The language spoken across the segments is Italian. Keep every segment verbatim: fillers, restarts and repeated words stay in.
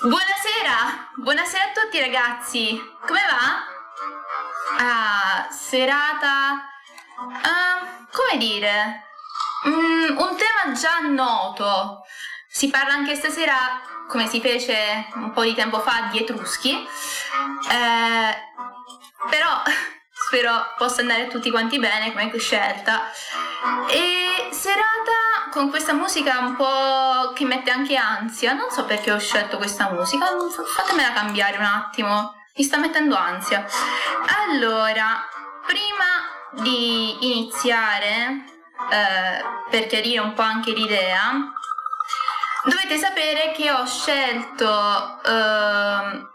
Buonasera, buonasera a tutti ragazzi, come va? Ah, serata, ah, come dire, mm, un tema già noto, si parla anche stasera, come si fece un po' di tempo fa, di Etruschi, eh, però spero possa andare tutti quanti bene come scelta. E serata con questa musica un po' che mette anche ansia, non so perché ho scelto questa musica, fatemela cambiare un attimo, mi sta mettendo ansia. Allora, prima di iniziare, eh, per chiarire un po' anche l'idea, dovete sapere che ho scelto eh,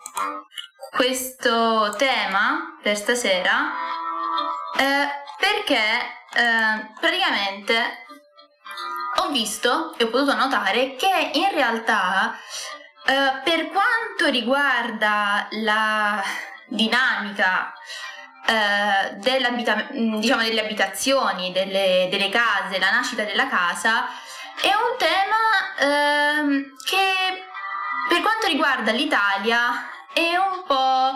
questo tema per stasera eh, perché eh, praticamente ho visto e ho potuto notare che in realtà eh, per quanto riguarda la dinamica eh, dell'abita- diciamo delle abitazioni, delle, delle case, la nascita della casa, è un tema ehm, che per quanto riguarda l'Italia è un po'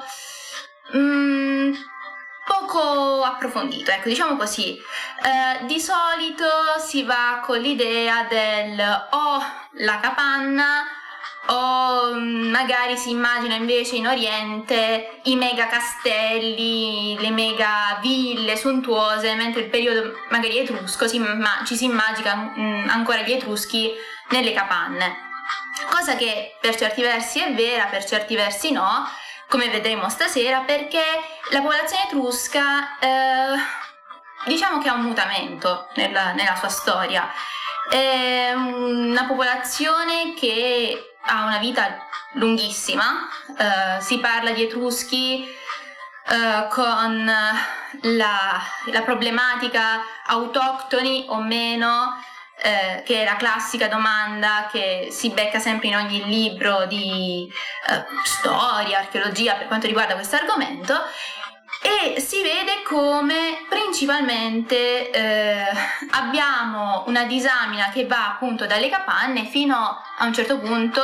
mm, poco approfondito, ecco, diciamo così. Eh, di solito si va con l'idea del o la capanna o mm, magari si immagina invece in Oriente i mega castelli, le mega ville sontuose, mentre il periodo magari etrusco si, ma, ci si immagina mm, ancora gli etruschi nelle capanne, cosa che per certi versi è vera, per certi versi no, come vedremo stasera, perché la popolazione etrusca eh, diciamo che ha un mutamento nella, nella sua storia. È una popolazione che ha una vita lunghissima, eh, si parla di etruschi eh, con la, la problematica autoctoni o meno, eh, che è la classica domanda che si becca sempre in ogni libro di eh, storia, archeologia per quanto riguarda questo argomento, e si vede come principalmente eh, abbiamo una disamina che va appunto dalle capanne fino a un certo punto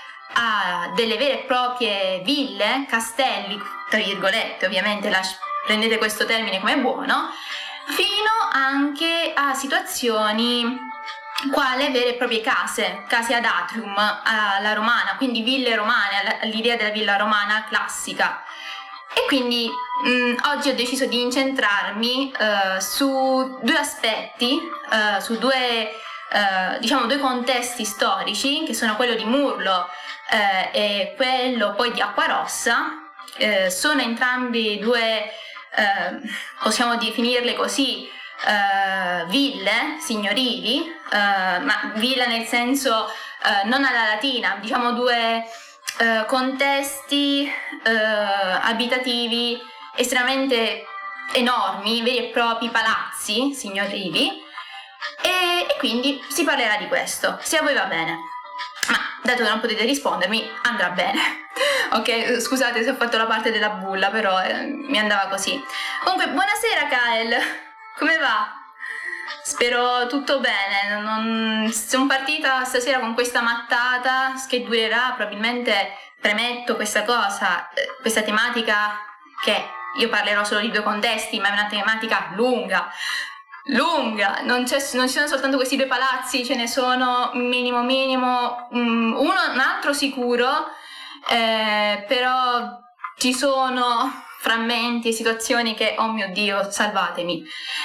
a delle vere e proprie ville, castelli, tra virgolette, ovviamente la, prendete questo termine come buono, fino anche a situazioni quale vere e proprie case, case ad atrium alla romana, quindi ville romane, all'idea della villa romana classica. E quindi mh, oggi ho deciso di incentrarmi eh, su due aspetti, eh, su due, eh, diciamo, due contesti storici, che sono quello di Murlo eh, e quello poi di Acquarossa. Eh, sono entrambi due, eh, possiamo definirle così, eh, ville signorili, eh, ma villa nel senso eh, non alla latina, diciamo due Uh, contesti uh, abitativi estremamente enormi, veri e propri palazzi signorili, e, e quindi si parlerà di questo, se a voi va bene. Ma dato che non potete rispondermi, andrà bene. Ok, scusate se ho fatto la parte della bulla, però eh, mi andava così. Comunque, buonasera Kael, come va? Spero tutto bene, non... sono partita stasera con questa mattata che durerà probabilmente, premetto questa cosa, questa tematica che io parlerò solo di due contesti, ma è una tematica lunga, lunga, non, c'è, non ci sono soltanto questi due palazzi, ce ne sono minimo minimo, um, uno, un altro sicuro, eh, però ci sono frammenti e situazioni che, oh mio Dio, salvatemi.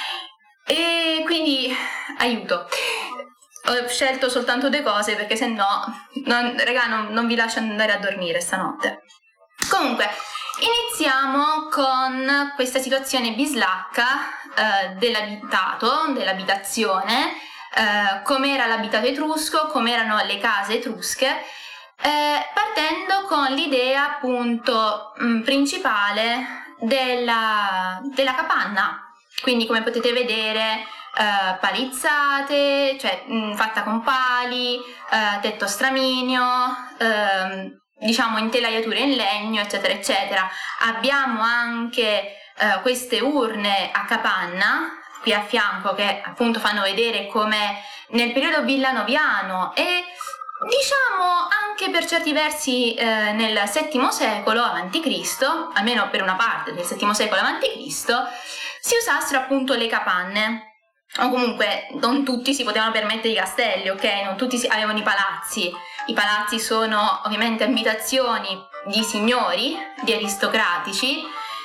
E quindi aiuto, ho scelto soltanto due cose perché se no non, raga, non, non vi lascio andare a dormire stanotte. Comunque iniziamo con questa situazione bislacca eh, dell'abitato, dell'abitazione, eh, com'era l'abitato etrusco, com'erano le case etrusche, eh, partendo con l'idea appunto mh, principale della, della capanna. Quindi come potete vedere eh, palizzate, cioè mh, fatta con pali, eh, tetto straminio, eh, diciamo intelaiature in legno, eccetera eccetera. Abbiamo anche eh, queste urne a capanna qui a fianco che appunto fanno vedere come nel periodo villanoviano e diciamo anche per certi versi eh, nel settimo secolo avanti Cristo, almeno per una parte del settimo secolo avanti Cristo, si usassero appunto le capanne. O comunque non tutti si potevano permettere i castelli, ok? Non tutti si, avevano i palazzi. I palazzi sono ovviamente abitazioni di signori, di aristocratici.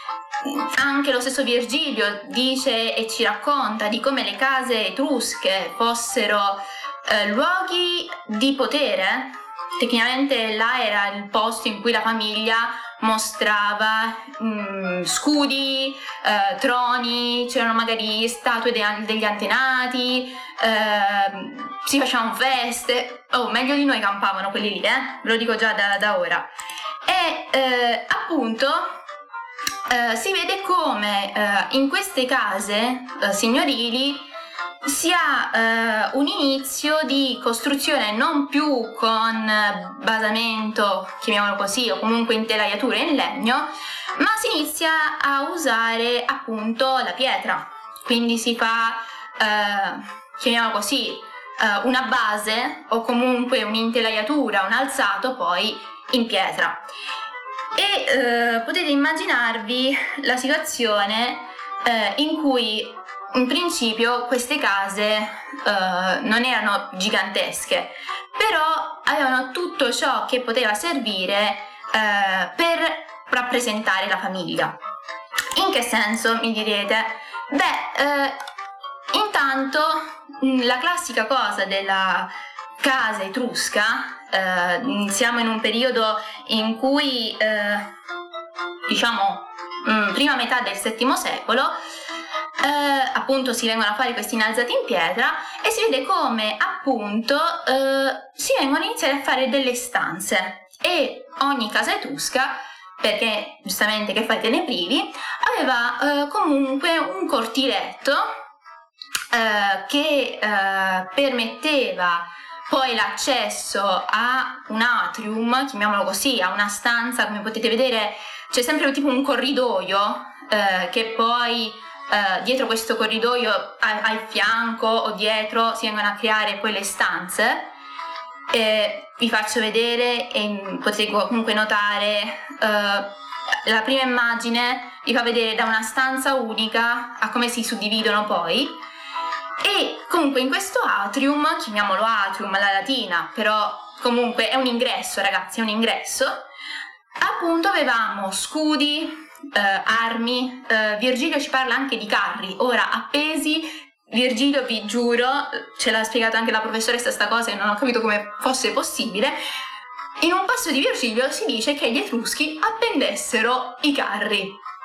Anche lo stesso Virgilio dice e ci racconta di come le case etrusche fossero eh, luoghi di potere. Tecnicamente là era il posto in cui la famiglia mostrava mh, scudi, eh, troni, c'erano magari statue de- degli antenati, eh, si facevano feste. Oh, meglio di noi campavano quelli lì, eh? Ve lo dico già da, da ora. E eh, appunto eh, si vede come eh, in queste case eh, signorili si ha eh, un inizio di costruzione non più con basamento, chiamiamolo così, o comunque intelaiature in legno, ma si inizia a usare appunto la pietra. Quindi si fa, eh, chiamiamolo così, eh, una base o comunque un'intelaiatura, un alzato poi in pietra. E eh, potete immaginarvi la situazione eh, in cui in principio queste case uh, non erano gigantesche, però avevano tutto ciò che poteva servire uh, per rappresentare la famiglia. In che senso, mi direte? Beh, uh, intanto la classica cosa della casa etrusca, uh, siamo in un periodo in cui, uh, diciamo, mh, prima metà del settimo secolo, Eh, appunto si vengono a fare questi innalzati in pietra e si vede come appunto eh, si vengono a iniziare a fare delle stanze, e ogni casa etrusca, perché giustamente che fate nei privi, aveva eh, comunque un cortiletto eh, che eh, permetteva poi l'accesso a un atrium, chiamiamolo così, a una stanza. Come potete vedere c'è sempre tipo un corridoio eh, che poi Uh, dietro questo corridoio a- al fianco o dietro si vengono a creare poi le stanze. E vi faccio vedere e potete comunque notare uh, la prima immagine vi fa vedere da una stanza unica a come si suddividono poi. E comunque in questo atrium, chiamiamolo atrium alla latina, però comunque è un ingresso, ragazzi, è un ingresso, appunto avevamo scudi, Uh, armi, uh, Virgilio ci parla anche di carri, ora appesi. Virgilio, vi giuro, ce l'ha spiegato anche la professoressa sta cosa e non ho capito come fosse possibile. In un passo di Virgilio si dice che gli Etruschi appendessero i carri.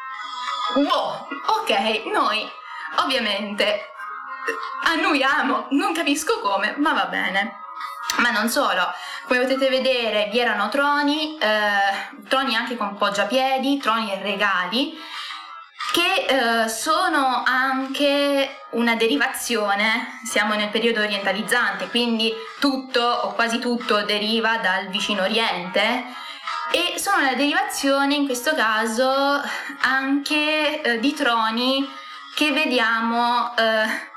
Boh, ok, noi ovviamente annuiamo, non capisco come, ma va bene. Ma non solo, come potete vedere vi erano troni, eh, troni anche con poggiapiedi, troni e regali, che eh, sono anche una derivazione. Siamo nel periodo orientalizzante, quindi tutto o quasi tutto deriva dal vicino Oriente, e sono una derivazione in questo caso anche eh, di troni che vediamo eh,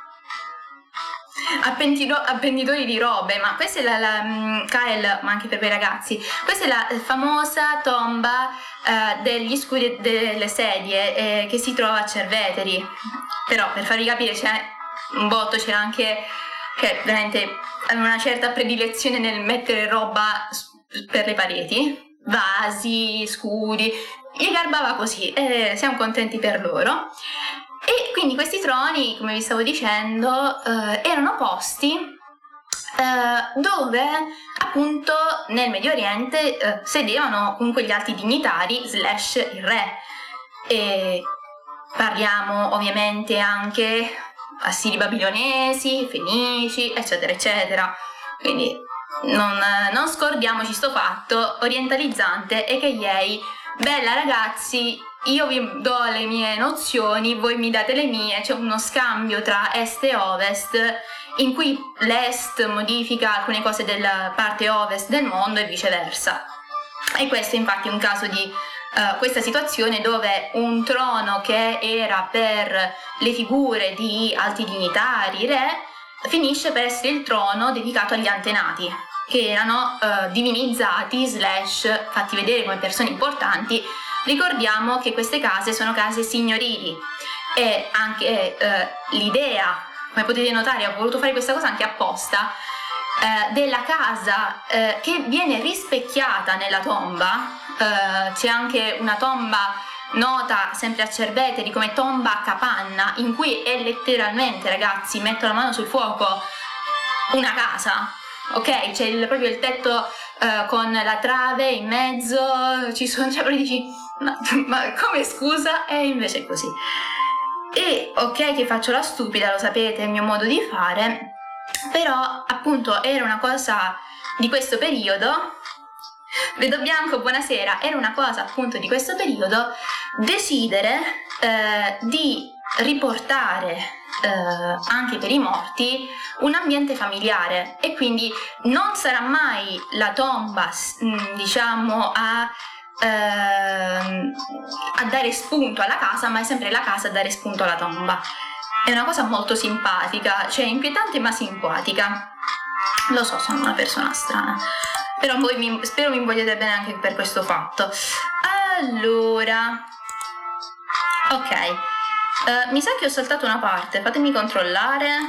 appenditori di robe. Ma questa è la, la um, Kael, ma anche per voi ragazzi, questa è la famosa tomba uh, degli scudi delle sedie eh, che si trova a Cerveteri. Però per farvi capire c'è un botto, c'era anche che veramente aveva una certa predilezione nel mettere roba per le pareti, vasi, scudi, gli garbava così e siamo contenti per loro. E quindi questi troni, come vi stavo dicendo, eh, erano posti eh, dove appunto nel Medio Oriente eh, sedevano comunque gli alti dignitari slash il re. E parliamo ovviamente anche assiri babilonesi, fenici, eccetera eccetera. Quindi non, non scordiamoci sto fatto orientalizzante e che ieri, bella ragazzi, io vi do le mie nozioni, voi mi date le mie, c'è uno scambio tra est e ovest in cui l'est modifica alcune cose della parte ovest del mondo e viceversa. E questo infatti è un caso di uh, questa situazione dove un trono che era per le figure di alti dignitari, re, finisce per essere il trono dedicato agli antenati. che erano eh, divinizzati slash fatti vedere come persone importanti. Ricordiamo che queste case sono case signorili e anche eh, l'idea, come potete notare, ho voluto fare questa cosa anche apposta, eh, della casa eh, che viene rispecchiata nella tomba. Eh, c'è anche una tomba nota sempre a Cerveteri come tomba a capanna, in cui è letteralmente, ragazzi, metto la mano sul fuoco, una casa, ok? C'è il, proprio il tetto eh, con la trave in mezzo, ci sono, cioè, dici, ma, ma come, scusa? E invece è così. E ok che faccio la stupida, lo sapete, è il mio modo di fare, però appunto era una cosa di questo periodo. Vedo Bianco, buonasera. Era una cosa appunto di questo periodo decidere eh, di riportare eh, anche per i morti un ambiente familiare, e quindi non sarà mai la tomba mh, diciamo a, eh, a dare spunto alla casa, ma è sempre la casa a dare spunto alla tomba. È una cosa molto simpatica, cioè inquietante ma simpatica. Lo so, sono una persona strana, però voi mi, spero mi vogliate bene anche per questo fatto. Allora, ok, uh, mi sa che ho saltato una parte, fatemi controllare.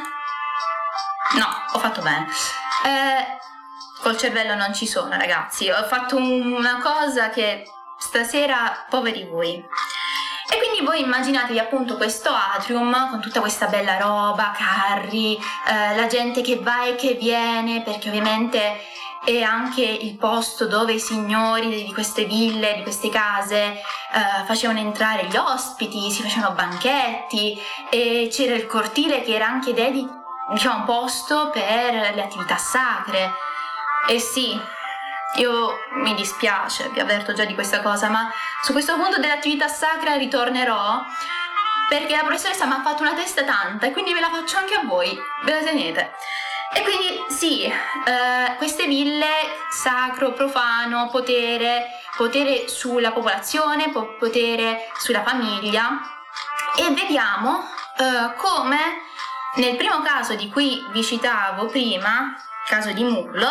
No, ho fatto bene. Eh, col cervello non ci sono, ragazzi. Ho fatto un, una cosa che stasera, poveri voi. E quindi voi immaginatevi appunto questo atrium con tutta questa bella roba, carri, eh, la gente che va e che viene, perché ovviamente è anche il posto dove i signori di queste ville, di queste case eh, facevano entrare gli ospiti, si facevano banchetti, e c'era il cortile che era anche dedicato, diciamo, posto per le attività sacre. E sì, io mi dispiace, vi avverto già di questa cosa, ma su questo punto dell'attività sacra ritornerò, perché la professoressa mi ha fatto una testa tanta e quindi ve la faccio anche a voi, ve la tenete. E quindi sì, eh, queste ville, sacro, profano, potere, potere sulla popolazione, po- potere sulla famiglia, e vediamo eh, come nel primo caso di cui vi citavo prima, caso di Murlo,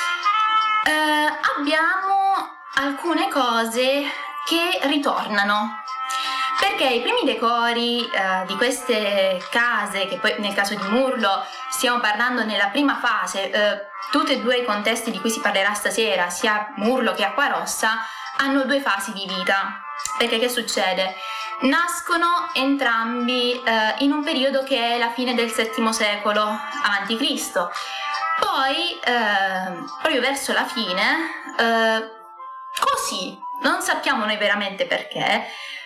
eh, abbiamo alcune cose che ritornano, perché i primi decori eh, di queste case, che poi nel caso di Murlo stiamo parlando nella prima fase, eh, tutti e due i contesti di cui si parlerà stasera, sia Murlo che Acquarossa, hanno due fasi di vita. Perché che succede? Nascono entrambi eh, in un periodo che è la fine del settimo secolo avanti Cristo. Poi, eh, proprio verso la fine, eh, così, non sappiamo noi veramente perché,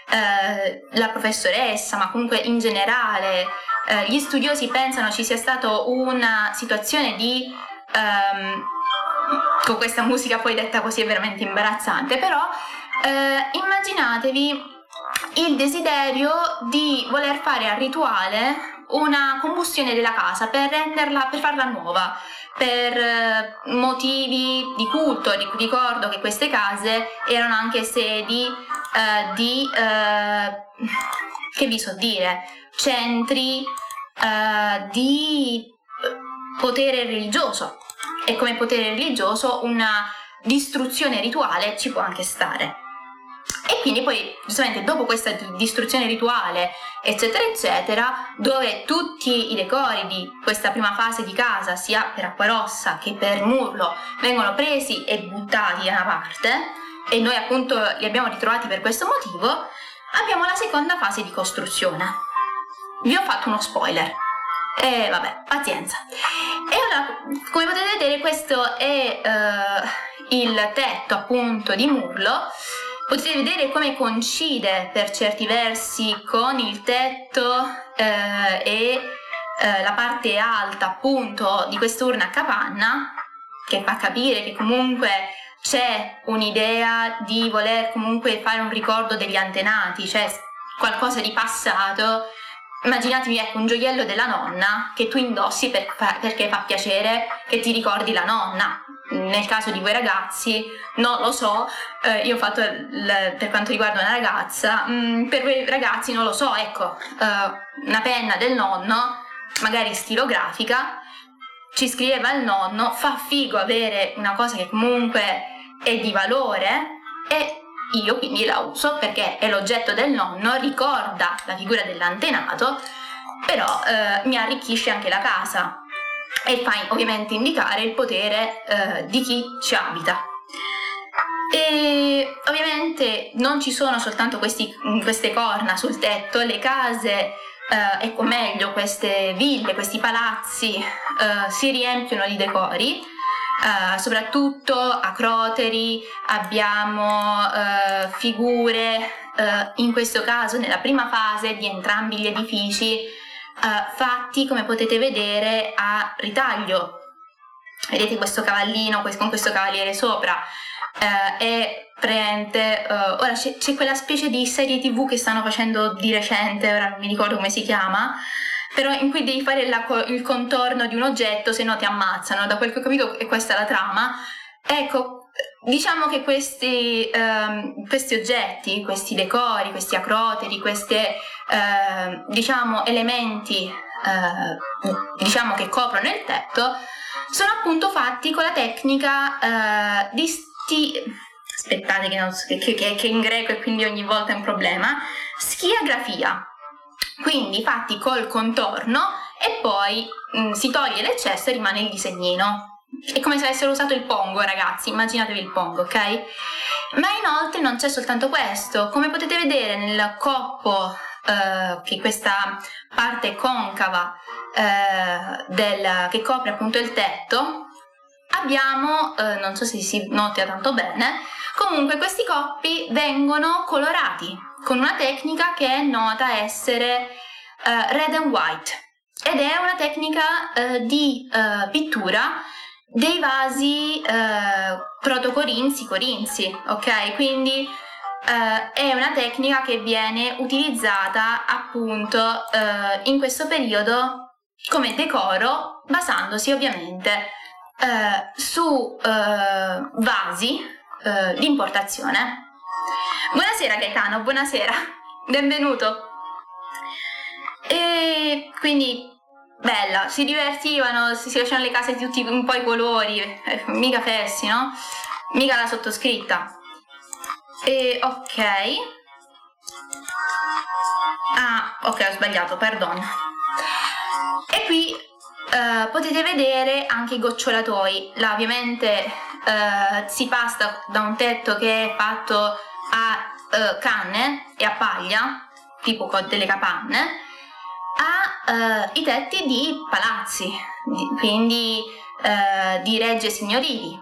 eh, la professoressa, ma comunque in generale, eh, gli studiosi pensano ci sia stata una situazione di, ehm, con questa musica poi detta così è veramente imbarazzante, però eh, immaginatevi il desiderio di voler fare al rituale una combustione della casa per renderla, per farla nuova, per eh, motivi di culto. Ricordo che queste case erano anche sedi eh, di, eh, che vi so dire, centri eh, di potere religioso, e come potere religioso una distruzione rituale ci può anche stare. E quindi poi giustamente dopo questa distruzione rituale eccetera eccetera, dove tutti i decori di questa prima fase di casa, sia per Acquarossa che per Murlo, vengono presi e buttati da una parte, e noi appunto li abbiamo ritrovati per questo motivo, abbiamo la seconda fase di costruzione. Vi ho fatto uno spoiler, e vabbè, pazienza. E allora, come potete vedere, questo è uh, il tetto appunto di Murlo. Potete vedere come coincide per certi versi con il tetto eh, e eh, la parte alta appunto di quest'urna a capanna, che fa capire che comunque c'è un'idea di voler comunque fare un ricordo degli antenati, cioè qualcosa di passato. Immaginatevi, ecco, un gioiello della nonna che tu indossi per, perché fa piacere che ti ricordi la nonna. Nel caso di voi ragazzi, non lo so, eh, io ho fatto il, per quanto riguarda una ragazza, mh, per voi ragazzi non lo so, ecco, eh, una penna del nonno, magari stilografica, ci scriveva il nonno, fa figo avere una cosa che comunque è di valore, e io quindi la uso perché è l'oggetto del nonno, ricorda la figura dell'antenato, però eh, mi arricchisce anche la casa e fa ovviamente indicare il potere eh, di chi ci abita. E ovviamente non ci sono soltanto questi, queste corna sul tetto, le case, eh, ecco meglio, queste ville, questi palazzi eh, si riempiono di decori, eh, soprattutto acroteri, abbiamo eh, figure, eh, in questo caso nella prima fase di entrambi gli edifici, eh, fatti come potete vedere a ritaglio. Vedete questo cavallino con questo cavaliere sopra. Uh, è presente, uh, ora c'è, c'è quella specie di serie tv che stanno facendo di recente, ora non mi ricordo come si chiama, però in cui devi fare la, il contorno di un oggetto, se no ti ammazzano. Da quel che ho capito è questa la trama. Ecco, diciamo che questi, um, questi oggetti, questi decori, questi acroteri, questi uh, diciamo elementi uh, diciamo che coprono il tetto, sono appunto fatti con la tecnica uh, di sti... aspettate che, non so, che, che, che in greco e quindi ogni volta è un problema, schiagrafia, quindi fatti col contorno e poi mh, si toglie l'eccesso e rimane il disegnino. È come se avessero usato il pongo, ragazzi, immaginatevi il pongo, ok? Ma inoltre non c'è soltanto questo, come potete vedere nel coppo, eh, che questa parte concava eh, del, che copre appunto il tetto, abbiamo, eh, non so se si nota tanto bene, comunque questi coppi vengono colorati con una tecnica che è nota essere eh, red and white, ed è una tecnica eh, di eh, pittura dei vasi eh, proto-corinzi, corinzi, ok? Quindi eh, è una tecnica che viene utilizzata appunto eh, in questo periodo come decoro, basandosi ovviamente eh, su eh, vasi eh, di importazione. Buonasera Gaetano, buonasera, benvenuto. E quindi bella, si divertivano, si, si facevano le case tutti un po' i colori, eh, mica fessi, no? Mica la sottoscritta. E ok. Ah, ok, ho sbagliato, perdono. E qui eh, potete vedere anche i goccionatoi. Là ovviamente eh, si passa da un tetto che è fatto a eh, canne e a paglia, tipo con delle capanne, a uh, i tetti di palazzi, di, quindi uh, di regge signorili,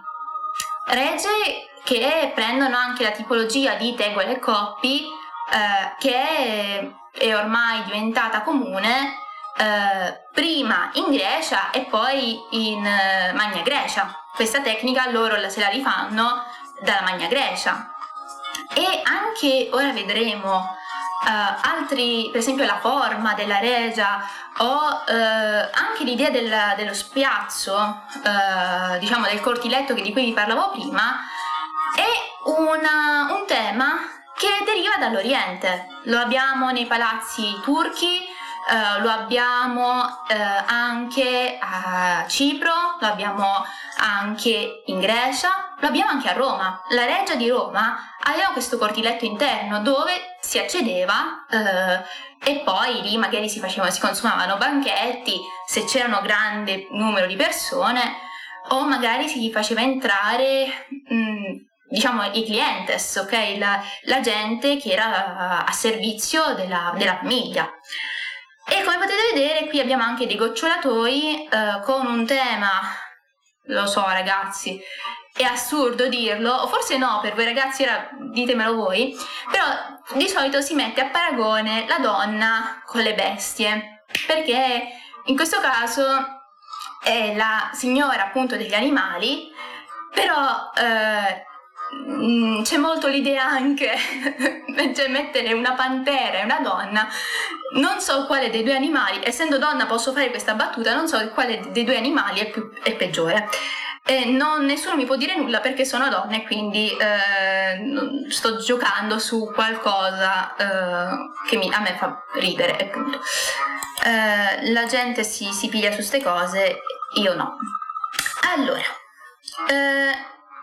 regge che prendono anche la tipologia di tegole e coppi uh, che è, è ormai diventata comune uh, prima in Grecia e poi in uh, Magna Grecia. Questa tecnica loro se la rifanno dalla Magna Grecia, e anche ora vedremo Uh, altri, per esempio la forma della regia o uh, anche l'idea del, dello spiazzo, uh, diciamo del cortiletto che, di cui vi parlavo prima, è una, un tema che deriva dall'Oriente. Lo abbiamo nei palazzi turchi, uh, lo abbiamo uh, anche a Cipro, lo abbiamo anche in Grecia, lo abbiamo anche a Roma. La Reggia di Roma aveva questo cortiletto interno dove si accedeva eh, e poi lì magari si facevano, si consumavano banchetti se c'erano un grande numero di persone, o magari si faceva entrare mh, diciamo i clientes, ok? La, la gente che era a servizio della, della famiglia. E come potete vedere qui abbiamo anche dei gocciolatoi eh, con un tema, lo so ragazzi, è assurdo dirlo, o forse no, per voi ragazzi era, ditemelo voi, però di solito si mette a paragone la donna con le bestie, perché in questo caso è la signora appunto degli animali, però eh, c'è molto l'idea anche cioè mettere una pantera e una donna, non so quale dei due animali, essendo donna posso fare questa battuta, non so quale dei due animali è più è peggiore. E non, nessuno mi può dire nulla perché sono donna e quindi eh, sto giocando su qualcosa eh, che mi, a me fa ridere, appunto. Eh, la gente si, si piglia su ste cose io no. Allora, eh,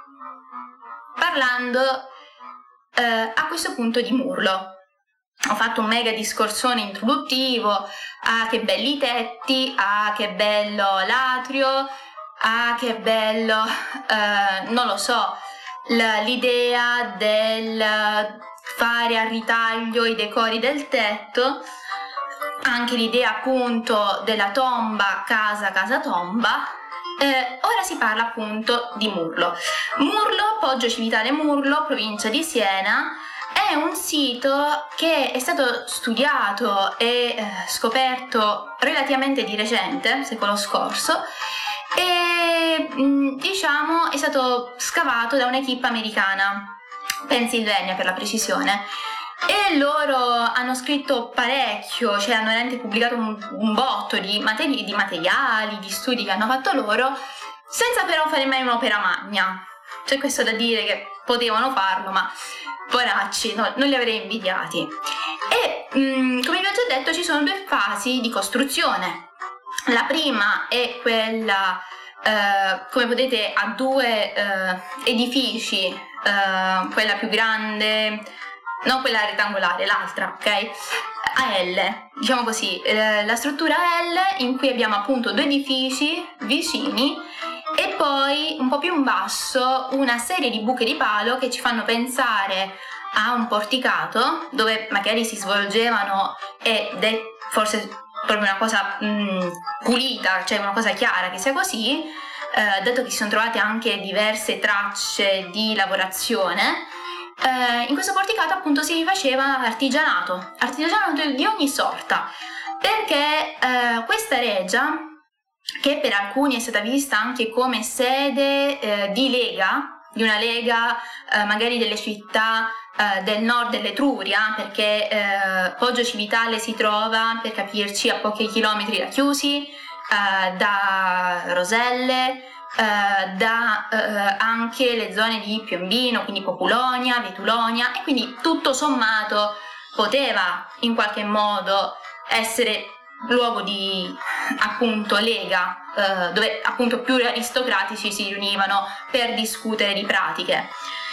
parlando eh, a questo punto di Murlo, ho fatto un mega discorsone introduttivo, ah che belli tetti, ah che bello l'atrio, ah che bello, eh, non lo so, l- l'idea del fare a ritaglio i decori del tetto, anche l'idea appunto della tomba, casa, casa, tomba. Eh, ora si parla appunto di Murlo. Murlo, Poggio Civitale Murlo, provincia di Siena, è un sito che è stato studiato e eh, scoperto relativamente di recente, secolo scorso, e mh, diciamo è stato scavato da un'equipe americana, Pennsylvania per la precisione, e loro hanno scritto parecchio, cioè hanno veramente pubblicato un, un botto di, materi- di materiali, di studi che hanno fatto loro, senza però fare mai un'opera magna. C'è questo da dire che potevano farlo, ma poracci, no, non li avrei invidiati. E mh, come vi ho già detto, ci sono due fasi di costruzione. La prima è quella, eh, come vedete, a due eh, edifici, eh, quella più grande, non quella rettangolare, l'altra, ok? A L, diciamo così, eh, la struttura L in cui abbiamo appunto due edifici vicini e poi un po' più in basso una serie di buche di palo che ci fanno pensare a un porticato dove magari si svolgevano, ed è forse proprio una cosa mh, pulita, cioè una cosa chiara che sia così, eh, dato che si sono trovate anche diverse tracce di lavorazione. Eh, in questo porticato appunto si faceva artigianato, artigianato di ogni sorta, perché eh, questa reggia, che per alcuni è stata vista anche come sede eh, di lega, di una lega eh, magari delle città eh, del nord dell'Etruria, perché eh, Poggio Civitale si trova, per capirci, a pochi chilometri da Chiusi, eh, da Roselle, Uh, da uh, anche le zone di Piombino, quindi Populonia, Vetulonia, e quindi tutto sommato poteva in qualche modo essere luogo di appunto lega, uh, dove appunto più aristocratici si riunivano per discutere di pratiche.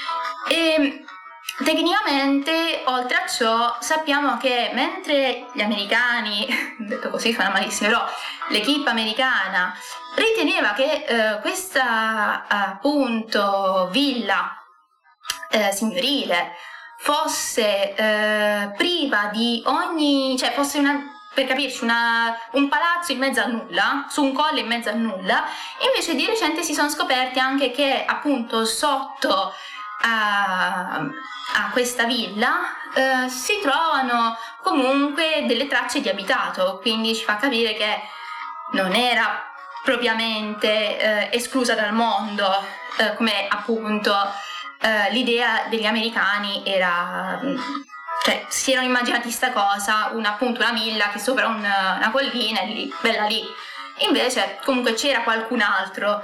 E tecnicamente, oltre a ciò, sappiamo che mentre gli americani, detto così suona malissimo, però l'equipe americana riteneva che eh, questa appunto villa eh, signorile fosse eh, priva di ogni, cioè fosse una, per capirci, una, un palazzo in mezzo a nulla, su un colle in mezzo a nulla, invece di recente si sono scoperti anche che appunto sotto a, a questa villa eh, si trovano comunque delle tracce di abitato, quindi ci fa capire che non era propriamente eh, esclusa dal mondo, eh, come appunto eh, l'idea degli americani era, cioè si erano immaginati sta cosa, una, appunto una villa che sopra un, una collina e lì, bella lì, invece comunque c'era qualcun altro.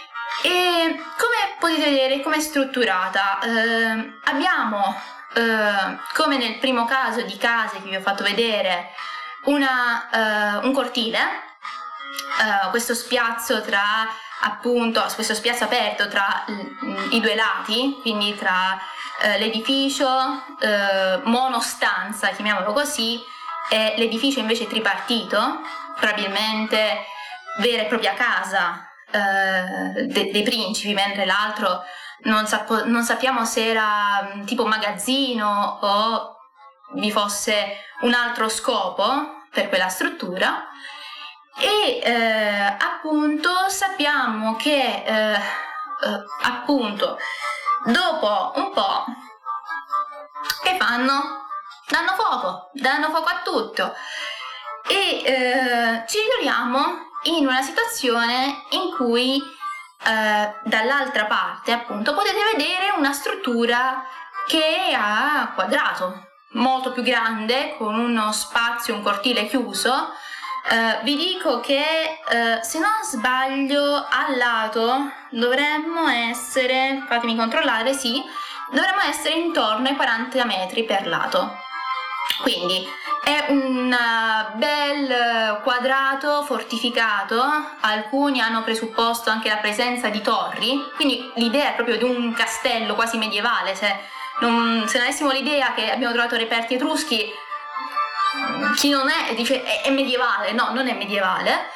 E come potete vedere, come è strutturata, eh, abbiamo eh, come nel primo caso di case che vi ho fatto vedere una, eh, un cortile, Uh, questo spiazzo tra appunto questo spiazzo aperto tra l- i due lati, quindi tra uh, l'edificio uh, monostanza, chiamiamolo così, e l'edificio invece tripartito, probabilmente vera e propria casa uh, de- dei principi, mentre l'altro non, sap- non sappiamo se era um, tipo magazzino o vi fosse un altro scopo per quella struttura. E eh, appunto sappiamo che eh, eh, appunto dopo un po' che fanno? Danno fuoco, danno fuoco a tutto e eh, ci ritroviamo in una situazione in cui eh, dall'altra parte appunto potete vedere una struttura che è a quadrato, molto più grande, con uno spazio, un cortile chiuso. Uh, vi dico che uh, se non sbaglio al lato dovremmo essere, fatemi controllare, sì, dovremmo essere intorno ai quaranta metri per lato, quindi È un uh, bel quadrato fortificato, alcuni hanno presupposto anche la presenza di torri, quindi l'idea è proprio di un castello quasi medievale. Se non, se non avessimo l'idea che abbiamo trovato reperti etruschi, chi non è dice è, è medievale, no, non è medievale.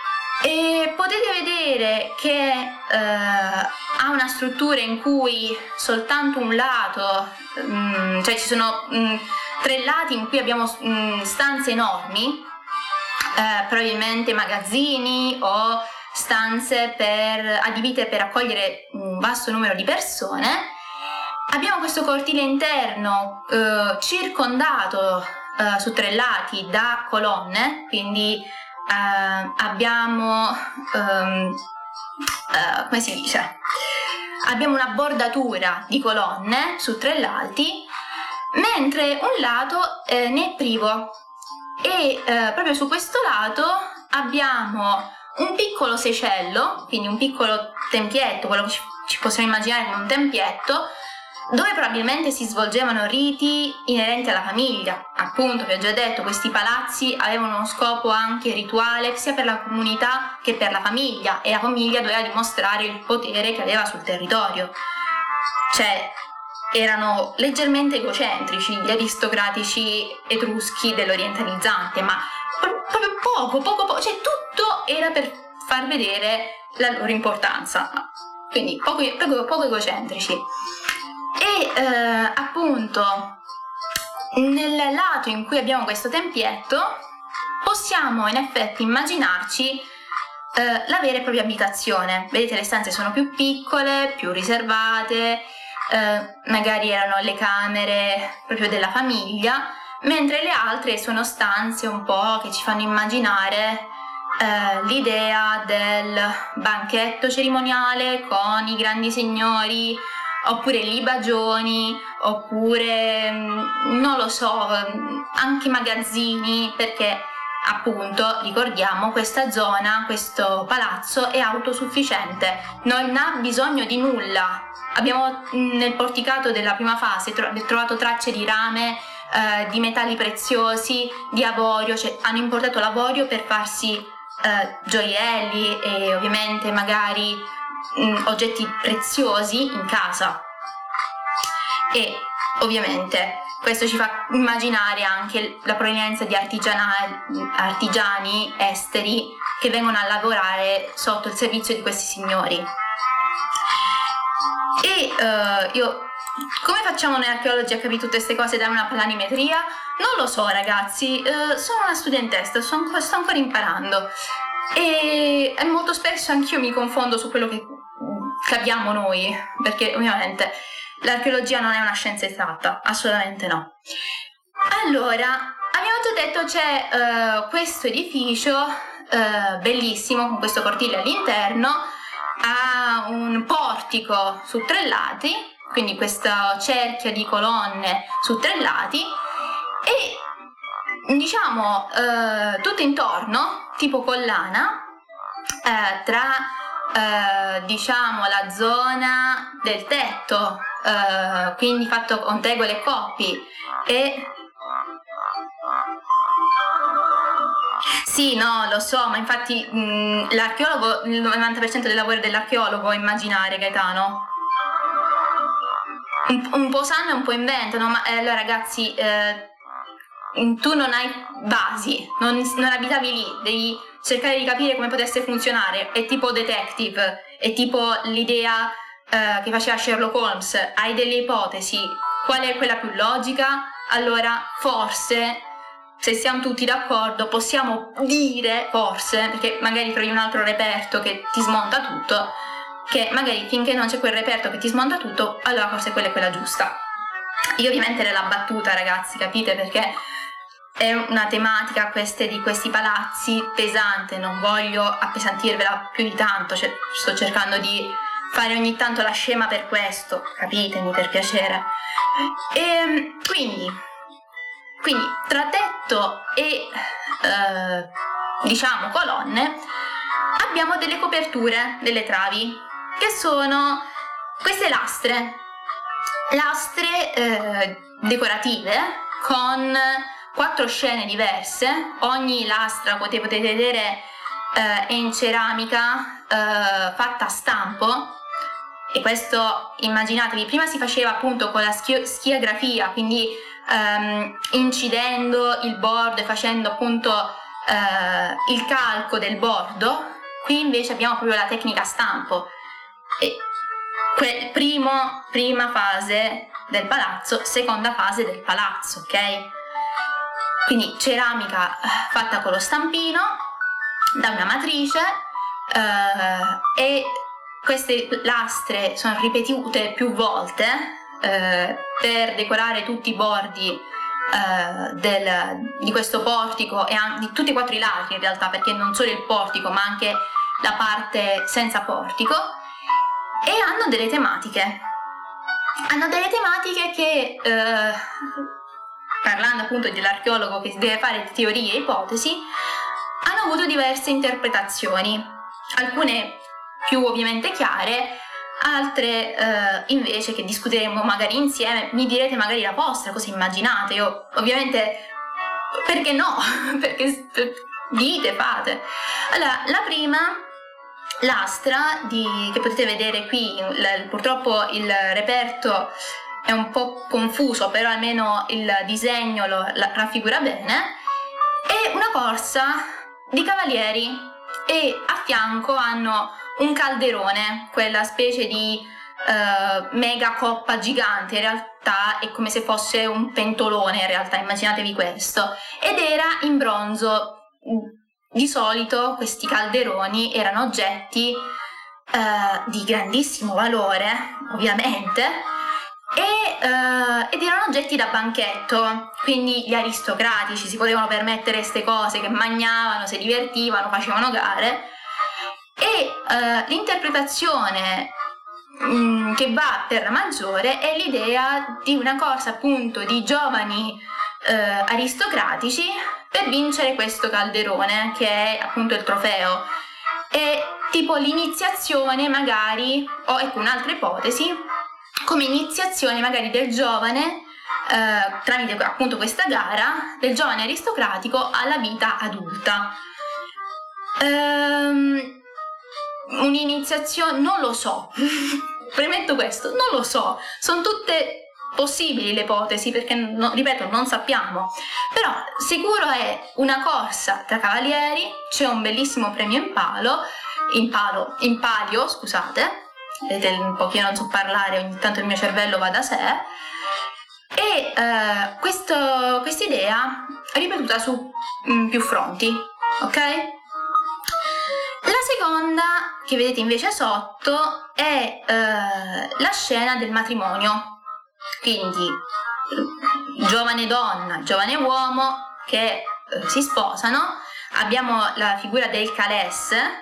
E potete vedere che eh, ha una struttura in cui soltanto un lato, mh, cioè ci sono mh, tre lati in cui abbiamo mh, stanze enormi, eh, probabilmente magazzini o stanze per, adibite per accogliere un vasto numero di persone. Abbiamo questo cortile interno eh, circondato eh, su tre lati da colonne, quindi Uh, abbiamo um, uh, come si dice? Abbiamo una bordatura di colonne su tre lati, mentre un lato eh, ne è privo e eh, proprio su questo lato abbiamo un piccolo secello, quindi un piccolo tempietto, quello che ci, ci possiamo immaginare come un tempietto, dove probabilmente si svolgevano riti inerenti alla famiglia. Appunto, vi ho già detto, questi palazzi avevano uno scopo anche rituale sia per la comunità che per la famiglia, e la famiglia doveva dimostrare il potere che aveva sul territorio. Cioè, erano leggermente egocentrici gli aristocratici etruschi dell'orientalizzante, ma proprio poco, poco, poco, cioè tutto era per far vedere la loro importanza, quindi poco, poco, poco egocentrici. E eh, appunto nel lato in cui abbiamo questo tempietto possiamo in effetti immaginarci eh, la vera e propria abitazione. Vedete, le stanze sono più piccole, più riservate, eh, magari erano le camere proprio della famiglia, mentre le altre sono stanze un po' che ci fanno immaginare eh, l'idea del banchetto cerimoniale con i grandi signori, oppure libagioni, oppure non lo so, anche magazzini, perché appunto ricordiamo questa zona, questo palazzo è autosufficiente, non ha bisogno di nulla. Abbiamo nel porticato della prima fase trovato tracce di rame, eh, di metalli preziosi, di avorio, cioè hanno importato l'avorio per farsi eh, gioielli e ovviamente magari oggetti preziosi in casa. E ovviamente questo ci fa immaginare anche la provenienza di artigiani esteri che vengono a lavorare sotto il servizio di questi signori. E uh, io come facciamo noi archeologi a capire tutte queste cose da una planimetria? Non lo so, ragazzi, uh, sono una studentessa, sto, sto ancora imparando e molto spesso anch'io mi confondo su quello che capiamo noi, perché ovviamente l'archeologia non è una scienza esatta, assolutamente no. Allora, abbiamo già detto c'è uh, questo edificio uh, bellissimo con questo cortile all'interno, ha un portico su tre lati, quindi questa cerchia di colonne su tre lati, e diciamo uh, tutto intorno, tipo collana, uh, tra Uh, diciamo la zona del tetto, uh, quindi fatto con tegole e coppi, e sì, no, lo so, ma infatti mh, l'archeologo, il novanta per cento del lavoro dell'archeologo è immaginare, Gaetano. Un, un po' sanno e un po' inventano, ma eh, allora ragazzi, eh, tu non hai basi, non, non abitavi lì, devi cercare di capire come potesse funzionare. È tipo detective, è tipo l'idea uh, che faceva Sherlock Holmes, hai delle ipotesi, qual è quella più logica? Allora forse, se siamo tutti d'accordo, possiamo dire forse, perché magari trovi un altro reperto che ti smonta tutto, che magari finché non c'è quel reperto che ti smonta tutto, allora forse quella è quella giusta. Io ovviamente era la battuta, ragazzi, capite, perché è una tematica queste di questi palazzi pesante, non voglio appesantirvela più di tanto, cioè, sto cercando di fare ogni tanto la scema per questo, capitemi per piacere. E quindi, quindi tra tetto e eh, diciamo colonne abbiamo delle coperture, delle travi, che sono queste lastre, lastre eh, decorative con quattro scene diverse, ogni lastra potete, potete vedere eh, è in ceramica eh, fatta a stampo, e questo immaginatevi, prima si faceva appunto con la schio- schiagrafia, quindi ehm, incidendo il bordo e facendo appunto eh, il calco del bordo. Qui invece abbiamo proprio la tecnica a stampo. E que- primo, prima fase del palazzo, seconda fase del palazzo, ok? Quindi ceramica eh, fatta con lo stampino da una matrice eh, e queste lastre sono ripetute più volte eh, per decorare tutti i bordi eh, del, di questo portico e anche di tutti e quattro i lati in realtà, perché non solo il portico ma anche la parte senza portico, e hanno delle tematiche. Hanno delle tematiche che, eh, parlando appunto dell'archeologo che deve fare teorie e ipotesi, hanno avuto diverse interpretazioni, alcune più ovviamente chiare, altre eh, invece che discuteremo magari insieme. Mi direte magari la vostra, cosa immaginate. Io ovviamente, perché no? Perché dite, fate. Allora, la prima lastra di, che potete vedere qui, il, purtroppo il reperto è un po' confuso, però almeno il disegno lo la, raffigura bene, è una corsa di cavalieri e a fianco hanno un calderone, quella specie di uh, mega coppa gigante, in realtà è come se fosse un pentolone, in realtà immaginatevi questo, ed era in bronzo. Di solito questi calderoni erano oggetti uh, di grandissimo valore, ovviamente, e, uh, ed erano oggetti da banchetto, quindi gli aristocratici si potevano permettere queste cose, che mangiavano, si divertivano, facevano gare. E uh, l'interpretazione mh, che va per la maggiore è l'idea di una corsa appunto di giovani uh, aristocratici per vincere questo calderone, che è appunto il trofeo. E tipo l'iniziazione magari, o ecco un'altra ipotesi, come iniziazione magari del giovane eh, tramite appunto questa gara, del giovane aristocratico alla vita adulta. Ehm, un'iniziazione, non lo so, premetto questo, non lo so, sono tutte possibili le ipotesi, perché no, ripeto, non sappiamo, però sicuro è una corsa tra cavalieri, c'è un bellissimo premio in palo, in palo, in palio, scusate, vedete un pochino non so parlare, ogni tanto il mio cervello va da sé, e eh, questa idea è ripetuta su mh, più fronti, ok? La seconda, che vedete invece sotto, è eh, la scena del matrimonio, quindi giovane donna, giovane uomo che eh, si sposano. Abbiamo la figura del calesse.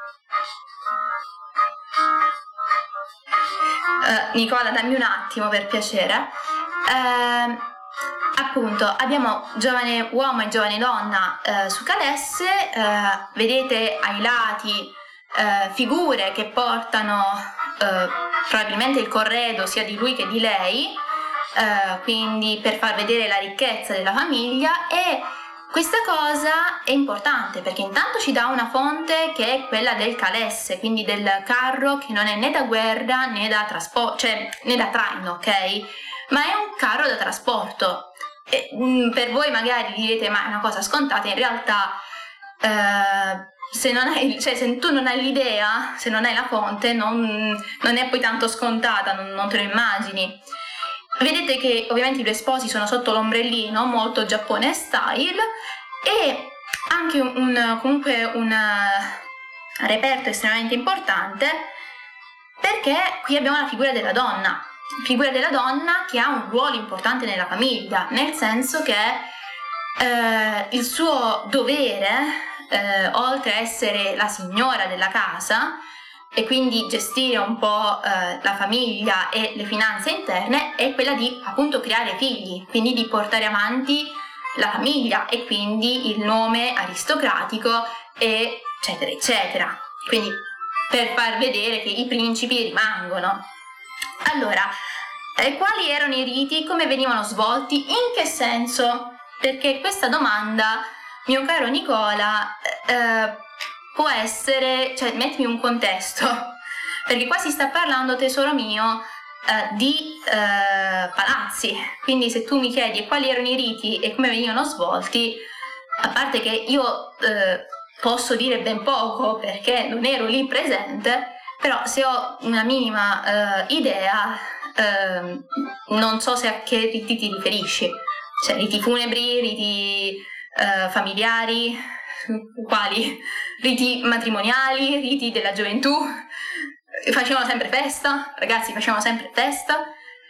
Uh, Nicola, dammi un attimo per piacere. Uh, appunto, abbiamo giovane uomo e giovane donna uh, su calesse. Uh, vedete ai lati uh, figure che portano uh, probabilmente il corredo sia di lui che di lei, uh, quindi per far vedere la ricchezza della famiglia. E questa cosa è importante perché intanto ci dà una fonte che è quella del calesse, quindi del carro che non è né da guerra né da trasporto, cioè né da traino, ok? Ma è un carro da trasporto. E, mh, per voi magari direte ma è una cosa scontata, in realtà eh, se, non hai, cioè, se tu non hai l'idea, se non hai la fonte, non, non è poi tanto scontata, non, non te lo immagini. Vedete che ovviamente i due sposi sono sotto l'ombrellino, molto Giappone style, e anche un, un, comunque un reperto estremamente importante, perché qui abbiamo la figura della donna, figura della donna che ha un ruolo importante nella famiglia, nel senso che eh, il suo dovere, eh, oltre a essere la signora della casa, e quindi gestire un po' eh, la famiglia e le finanze interne, è quella di appunto creare figli, quindi di portare avanti la famiglia e quindi il nome aristocratico, eccetera eccetera, quindi per far vedere che i principi rimangono. Allora, eh, quali erano i riti, come venivano svolti, in che senso perché questa domanda, mio caro Nicola, eh, può essere, cioè mettimi un contesto, perché qua si sta parlando, tesoro mio, eh, di eh, palazzi, quindi se tu mi chiedi quali erano i riti e come venivano svolti, a parte che io eh, posso dire ben poco perché non ero lì presente, però se ho una minima eh, idea, eh, non so se a che riti ti riferisci, cioè riti funebri, riti eh, familiari, quali? Riti matrimoniali, riti della gioventù, facevano sempre festa, ragazzi facevano sempre festa.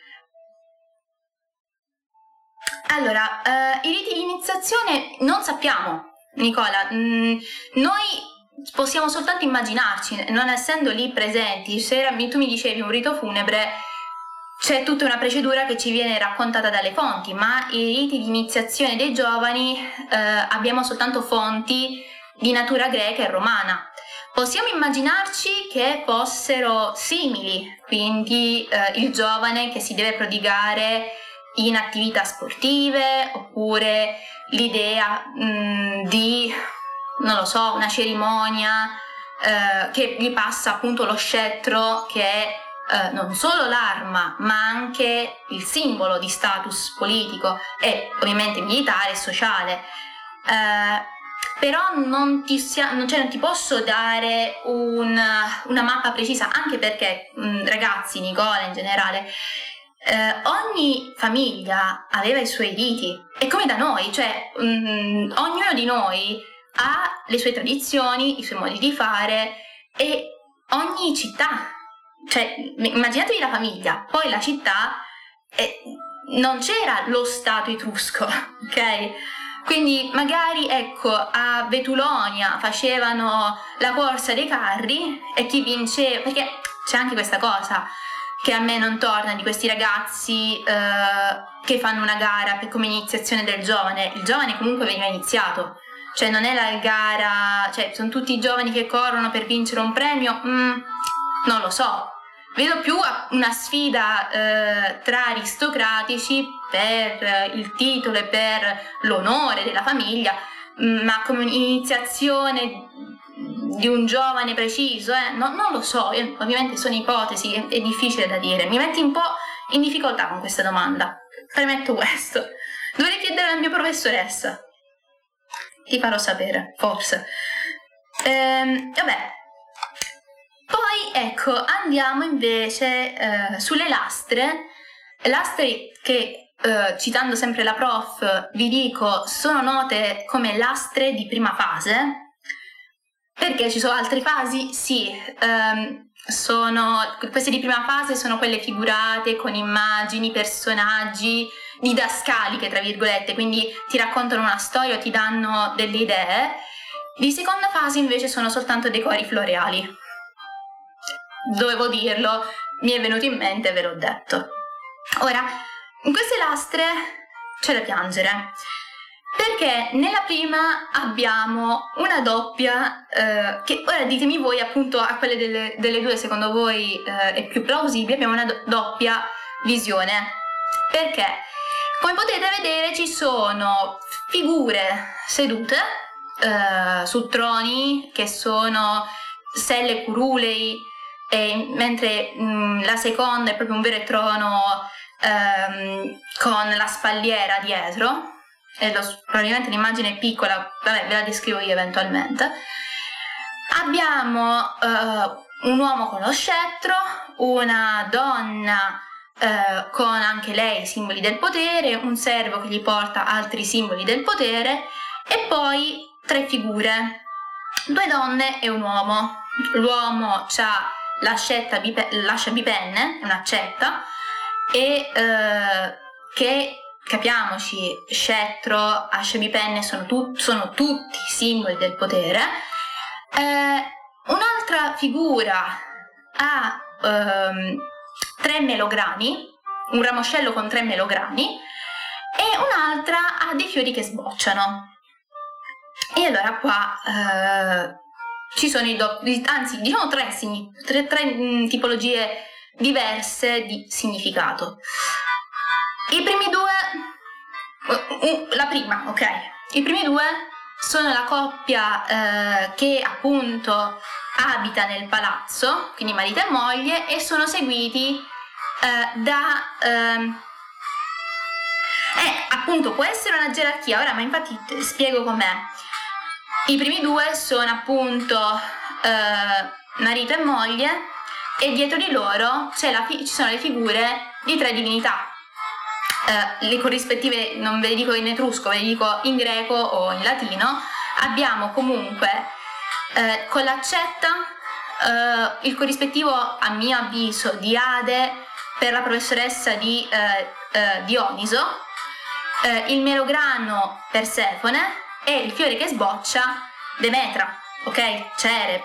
Allora, eh, i riti di iniziazione non sappiamo, Nicola, mm, noi possiamo soltanto immaginarci, non essendo lì presenti. Se era, tu mi dicevi un rito funebre, c'è tutta una procedura che ci viene raccontata dalle fonti, ma i riti di iniziazione dei giovani eh, abbiamo soltanto fonti di natura greca e romana. Possiamo immaginarci che fossero simili, quindi eh, il giovane che si deve prodigare in attività sportive, oppure l'idea mh, di, non lo so, una cerimonia eh, che gli passa appunto lo scettro, che è eh, non solo l'arma ma anche il simbolo di status politico e ovviamente militare e sociale. Eh, però non ti, sia, non, cioè non ti posso dare un, una mappa precisa, anche perché mh, ragazzi, Nicola in generale, eh, ogni famiglia aveva i suoi riti, è come da noi, cioè mh, ognuno di noi ha le sue tradizioni, i suoi modi di fare, e ogni città, cioè immaginatevi la famiglia, poi la città, eh, non c'era lo stato etrusco, ok? Quindi magari ecco a Vetulonia facevano la corsa dei carri e chi vinceva, perché c'è anche questa cosa che a me non torna di questi ragazzi eh, che fanno una gara per come iniziazione del giovane. Il giovane comunque veniva iniziato, cioè non è la gara, cioè sono tutti i giovani che corrono per vincere un premio, mm, non lo so. Vedo più una sfida eh, tra aristocratici per il titolo e per l'onore della famiglia, ma come un'iniziazione di un giovane preciso, eh? no, non lo so, io, ovviamente sono ipotesi, è, è difficile da dire, mi metti un po' in difficoltà con questa domanda, premetto questo, dovrei chiedere alla mia professoressa, ti farò sapere, forse. Ehm, vabbè. Poi ecco, andiamo invece eh, sulle lastre, lastre che eh, citando sempre la prof vi dico sono note come lastre di prima fase, perché ci sono altre fasi? Sì, ehm, sono, queste di prima fase sono quelle figurate con immagini, personaggi didascaliche tra virgolette, quindi ti raccontano una storia o ti danno delle idee. Di seconda fase invece sono soltanto decori floreali. Dovevo dirlo, mi è venuto in mente e ve l'ho detto. Ora, in queste lastre c'è da piangere, perché nella prima abbiamo una doppia, eh, che ora ditemi voi appunto a quelle delle, delle due secondo voi eh, è più plausibile, abbiamo una do- doppia visione, perché come potete vedere ci sono figure sedute eh, su troni che sono selle curulei, e mentre mh, la seconda è proprio un vero trono ehm, con la spalliera dietro, e lo, probabilmente l'immagine è piccola, vabbè ve la descrivo io eventualmente. Abbiamo eh, un uomo con lo scettro, una donna eh, con anche lei simboli del potere, un servo che gli porta altri simboli del potere e poi tre figure, due donne e un uomo. L'uomo ha l'ascetta bipe- l'ascia bipenne, un'accetta, e eh, che, capiamoci, scettro, ascia bipenne sono, tu- sono tutti simboli del potere. Eh, un'altra figura ha ehm, tre melograni, un ramoscello con tre melograni, e un'altra ha dei fiori che sbocciano. E allora qua eh, ci sono i doppi, anzi diciamo tre, tre, tre mh, tipologie diverse di significato. I primi due, uh, la prima, ok. I primi due sono la coppia eh, che appunto abita nel palazzo, quindi marito e moglie, e sono seguiti eh, da... Ehm, eh, appunto, può essere una gerarchia, ora, ma infatti ti spiego com'è. I primi due sono appunto eh, marito e moglie, e dietro di loro c'è la fi- ci sono le figure di tre divinità, eh, le corrispettive non ve le dico in etrusco, ve le dico in greco o in latino. Abbiamo comunque eh, con l'accetta eh, il corrispettivo, a mio avviso, di Ade per la professoressa di eh, eh, Dioniso, eh, il melograno Persefone e il fiore che sboccia Demetra, ok? Cere.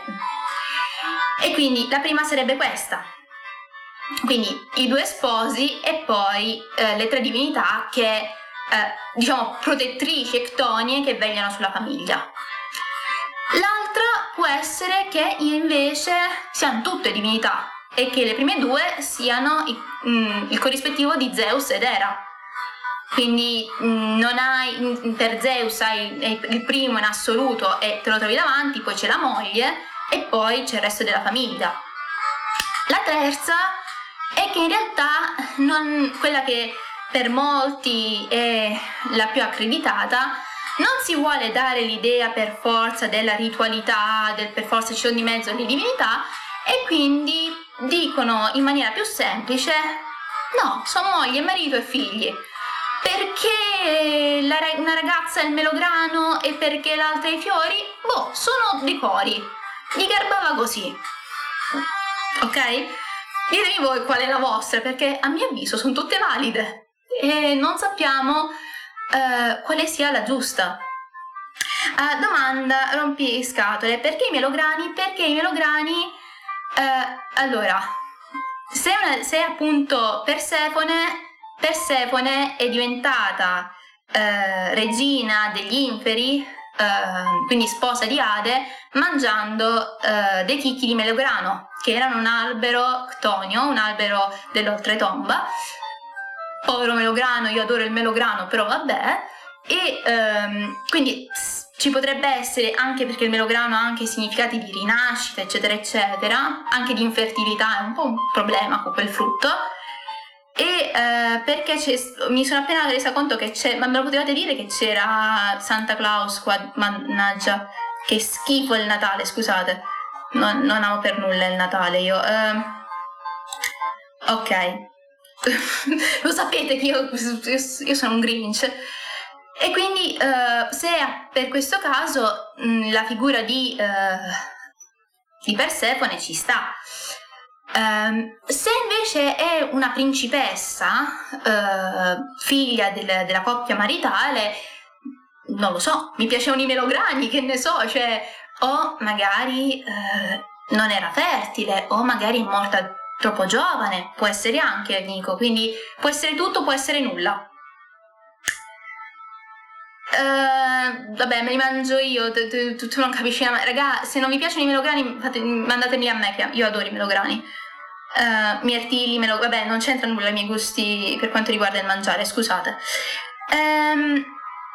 E quindi la prima sarebbe questa, quindi i due sposi e poi eh, le tre divinità che eh, diciamo protettrici e ctonie che vegliano sulla famiglia. L'altra può essere che invece siano tutte divinità e che le prime due siano i, mh, il corrispettivo di Zeus ed Hera. Quindi mh, non hai, per Zeus hai il primo in assoluto e te lo trovi davanti, poi c'è la moglie e poi c'è il resto della famiglia. La terza è che in realtà non, quella che per molti è la più accreditata, non si vuole dare l'idea per forza della ritualità, del per forza ci sono di mezzo le divinità, e quindi dicono in maniera più semplice: no, sono moglie, marito e figli. Perché la, una ragazza è il melograno e perché l'altra i fiori? Boh, sono decori. Gli garbava così. Ok? Ditemi voi qual è la vostra, perché a mio avviso sono tutte valide e non sappiamo uh, quale sia la giusta. Uh, domanda rompiscatole: perché i melograni? Perché i melograni uh, allora, se, una, se appunto Persefone Persefone è diventata uh, regina degli inferi, uh, quindi sposa di Ade, mangiando uh, dei chicchi di melograno, che erano un albero ctonio, un albero dell'oltretomba. Povero melograno, io adoro il melograno, però vabbè. E um, quindi ci potrebbe essere, anche perché il melograno ha anche significati di rinascita, eccetera eccetera, anche di infertilità, è un po' un problema con quel frutto. E uh, perché c'è, mi sono appena resa conto che c'è, ma me lo potevate dire che c'era Santa Claus qua, mannaggia, che schifo il Natale, scusate, non, non amo per nulla il Natale io. Uh, ok, lo sapete che io, io sono un Grinch, e quindi uh, se per questo caso mh, la figura di, uh, di Persefone ci sta. Uh, se invece è una principessa, uh, figlia del, della coppia maritale, non lo so, mi piacevano i melograni, che ne so, cioè, o magari uh, non era fertile, o magari è morta troppo giovane, può essere anche, dico, quindi può essere tutto, può essere nulla. Uh, vabbè, me li mangio io, tu, tu, tu non capisci, raga, se non vi piacciono i melograni fate, mandateli a me, che io adoro i melograni. Uh, mirtilli, melo, vabbè, non c'entra nulla i miei gusti per quanto riguarda il mangiare, scusate. Um,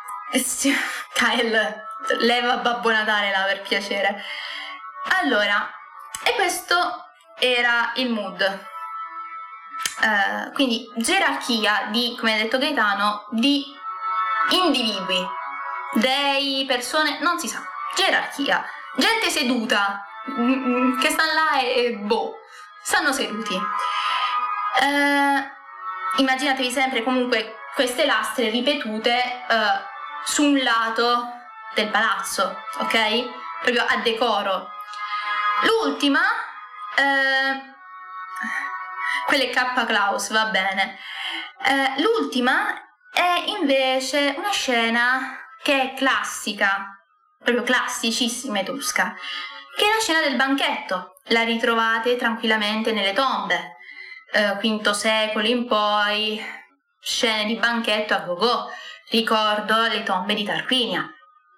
Kyle, leva Babbo Natale là, per piacere. Allora, e questo era il mood. Uh, quindi gerarchia di, come ha detto Gaetano, di individui, dei, persone, non si sa, gerarchia, gente seduta che stanno là e, e boh, stanno seduti. Uh, immaginatevi sempre comunque queste lastre ripetute uh, su un lato del palazzo, ok? Proprio a decoro. L'ultima, uh, quella è K. Klaus, va bene. Uh, l'ultima è invece una scena che è classica, proprio classicissima etrusca, che è la scena del banchetto. La ritrovate tranquillamente nelle tombe, eh, quinto secolo in poi, scene di banchetto a go-go. Ricordo le tombe di Tarquinia.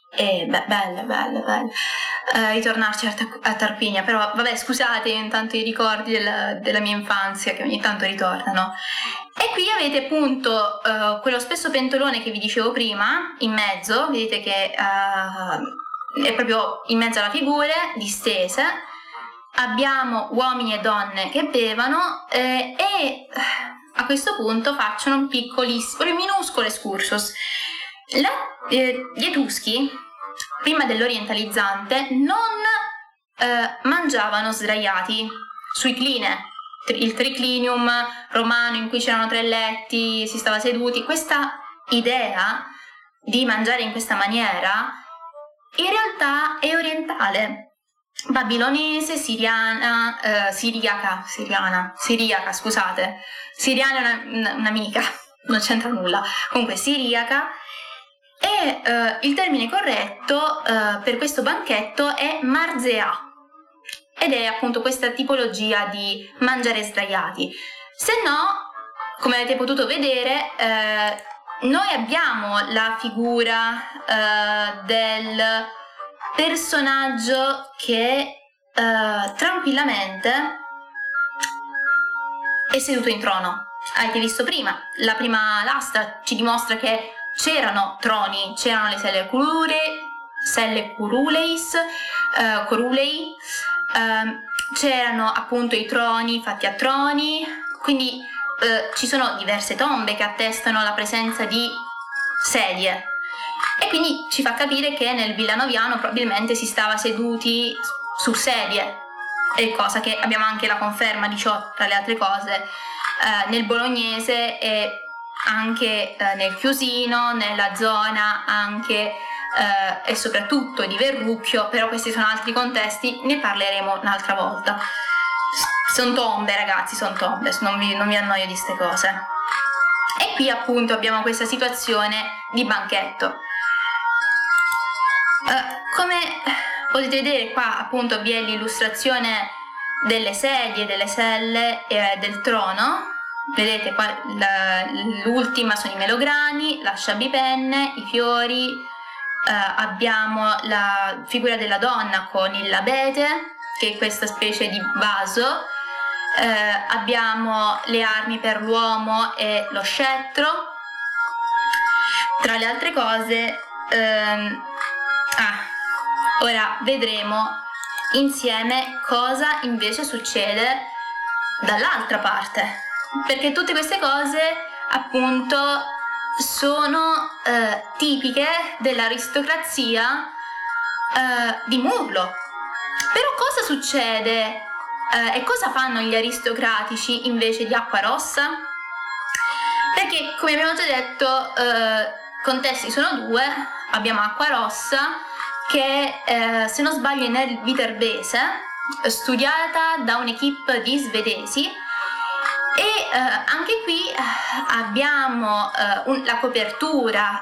E beh, belle, belle, belle. Eh, ritornarci a, Tar- a Tarquinia, però vabbè, scusate intanto i ricordi della, della mia infanzia che ogni tanto ritornano. E qui avete appunto eh, quello spesso pentolone che vi dicevo prima, in mezzo, vedete che eh, è proprio in mezzo alla figura, distese. Abbiamo uomini e donne che bevono eh, e a questo punto facciano un piccolissimo, un minuscolo excursus. La, eh, gli Etruschi, prima dell'orientalizzante, non eh, mangiavano sdraiati sui cline, il triclinium romano in cui c'erano tre letti, si stava seduti. Questa idea di mangiare in questa maniera in realtà è orientale, babilonese, siriana, eh, siriaca, siriana, siriaca, scusate, siriana è una, un'amica, non c'entra nulla, comunque siriaca. E eh, il termine corretto eh, per questo banchetto è marzea, ed è appunto questa tipologia di mangiare sdraiati. Se no, come avete potuto vedere, eh, noi abbiamo la figura eh, del personaggio che eh, tranquillamente è seduto in trono. Avete visto prima, la prima lastra ci dimostra che c'erano troni, c'erano le selle curulei, selle curuleis, eh, corulei, eh, c'erano appunto i troni fatti a troni, quindi eh, ci sono diverse tombe che attestano la presenza di sedie, e quindi ci fa capire che nel villanoviano probabilmente si stava seduti su sedie, e cosa che abbiamo anche la conferma di ciò tra le altre cose eh, nel bolognese e anche eh, nel Chiusino, nella zona anche eh, e soprattutto di Verrucchio, però questi sono altri contesti, ne parleremo un'altra volta. Sono tombe, ragazzi, sono tombe, non vi, non vi annoio di ste cose. E qui appunto abbiamo questa situazione di banchetto. Uh, come potete vedere qua appunto vi è l'illustrazione delle sedie, delle selle e del trono. Vedete qua la, l'ultima sono i melograni, la sciabipenne, i fiori, uh, abbiamo la figura della donna con il labete, che è questa specie di vaso, uh, abbiamo le armi per l'uomo e lo scettro. Tra le altre cose, um, ah, ora vedremo insieme cosa invece succede dall'altra parte, perché tutte queste cose appunto sono eh, tipiche dell'aristocrazia eh, di Murlo. Però cosa succede eh, e cosa fanno gli aristocratici invece di Acquarossa? Perché, come abbiamo già detto, eh, contesti sono due. Abbiamo Acquarossa che eh, se non sbaglio è nel Viterbese, studiata da un'equipe di svedesi, e eh, anche qui eh, abbiamo eh, un, la copertura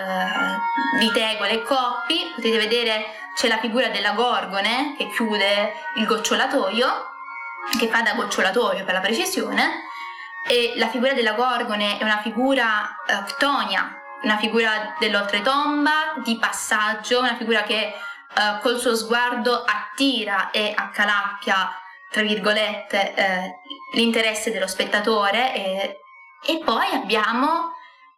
eh, di tegole e coppi. Potete vedere c'è la figura della Gorgone che chiude il gocciolatoio, che fa da gocciolatoio per la precisione, e la figura della Gorgone è una figura eh, ctonia, una figura dell'oltretomba, di passaggio, una figura che eh, col suo sguardo attira e accalappia, tra virgolette, eh, l'interesse dello spettatore. E, e poi abbiamo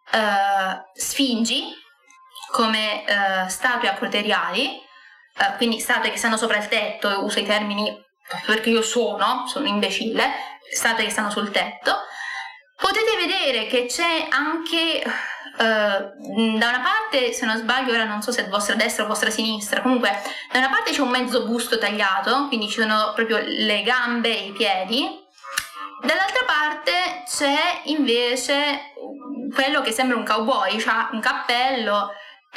eh, sfingi come eh, statue acroteriali, eh, quindi statue che stanno sopra il tetto, uso i termini perché io sono, sono imbecille, statue che stanno sul tetto. Potete vedere che c'è anche uh, da una parte, se non sbaglio, ora non so se è vostra destra o vostra sinistra, comunque da una parte c'è un mezzo busto tagliato, quindi ci sono proprio le gambe e i piedi, dall'altra parte c'è invece quello che sembra un cowboy, c'ha un cappello,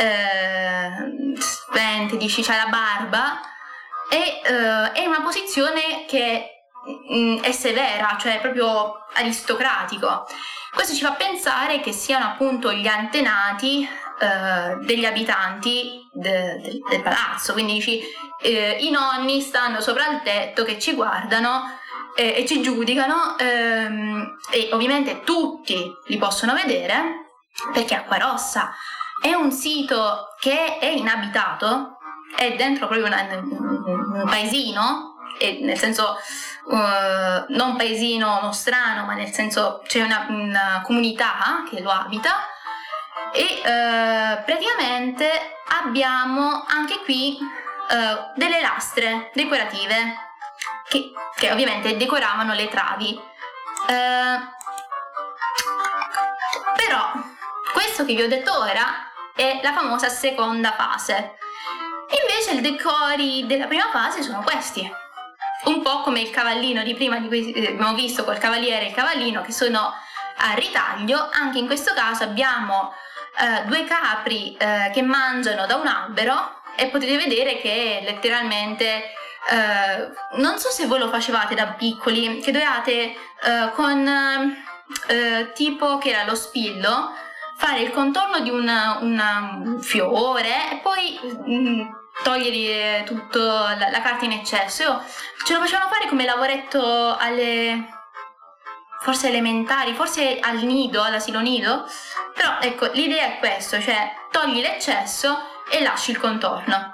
eh, spenti, dici, c'ha la barba, e uh, è una posizione che è severa, cioè proprio aristocratico. Questo ci fa pensare che siano appunto gli antenati eh, degli abitanti de, de, del palazzo, quindi dici, eh, i nonni stanno sopra il tetto che ci guardano eh, e ci giudicano, ehm, e ovviamente tutti li possono vedere perché Acquarossa è un sito che è inabitato, è dentro proprio una, un, un paesino, e nel senso uh, non paesino nostrano, ma nel senso c'è una, una comunità che lo abita, e uh, praticamente abbiamo anche qui uh, delle lastre decorative che, che ovviamente decoravano le travi. Uh, però questo che vi ho detto ora è la famosa seconda fase. Invece i decori della prima fase sono questi, un po' come il cavallino di prima di cui abbiamo visto col cavaliere e il cavallino, che sono a ritaglio. Anche in questo caso abbiamo eh, due capri eh, che mangiano da un albero, e potete vedere che letteralmente eh, non so se voi lo facevate da piccoli, che dovevate eh, con eh, tipo che era lo spillo fare il contorno di una, una, un fiore e poi mh, togliere tutta la, la carta in eccesso. Io, ce lo facevano fare come lavoretto alle forse elementari, forse al nido, all'asilo nido, però ecco, l'idea è questo, cioè togli l'eccesso e lasci il contorno.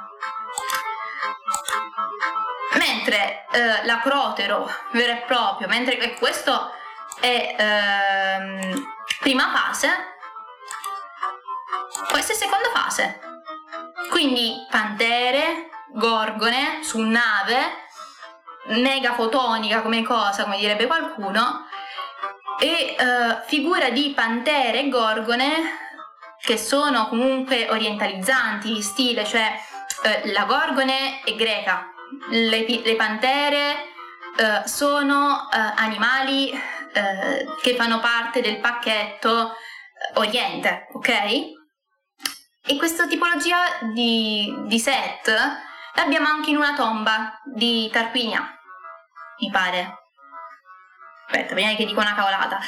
Mentre eh, l'acrotero vero e proprio, mentre eh, questo è ehm, prima fase, questa è seconda fase, quindi pantere, gorgone su nave, mega fotonica come cosa, come direbbe qualcuno, e uh, figura di pantere e gorgone che sono comunque orientalizzanti di stile, cioè uh, la gorgone è greca, le, le pantere uh, sono uh, animali uh, che fanno parte del pacchetto Oriente, ok? E questa tipologia di, di set l'abbiamo anche in una tomba di Tarquinia, mi pare. Aspetta, vediamo che dico una cavolata.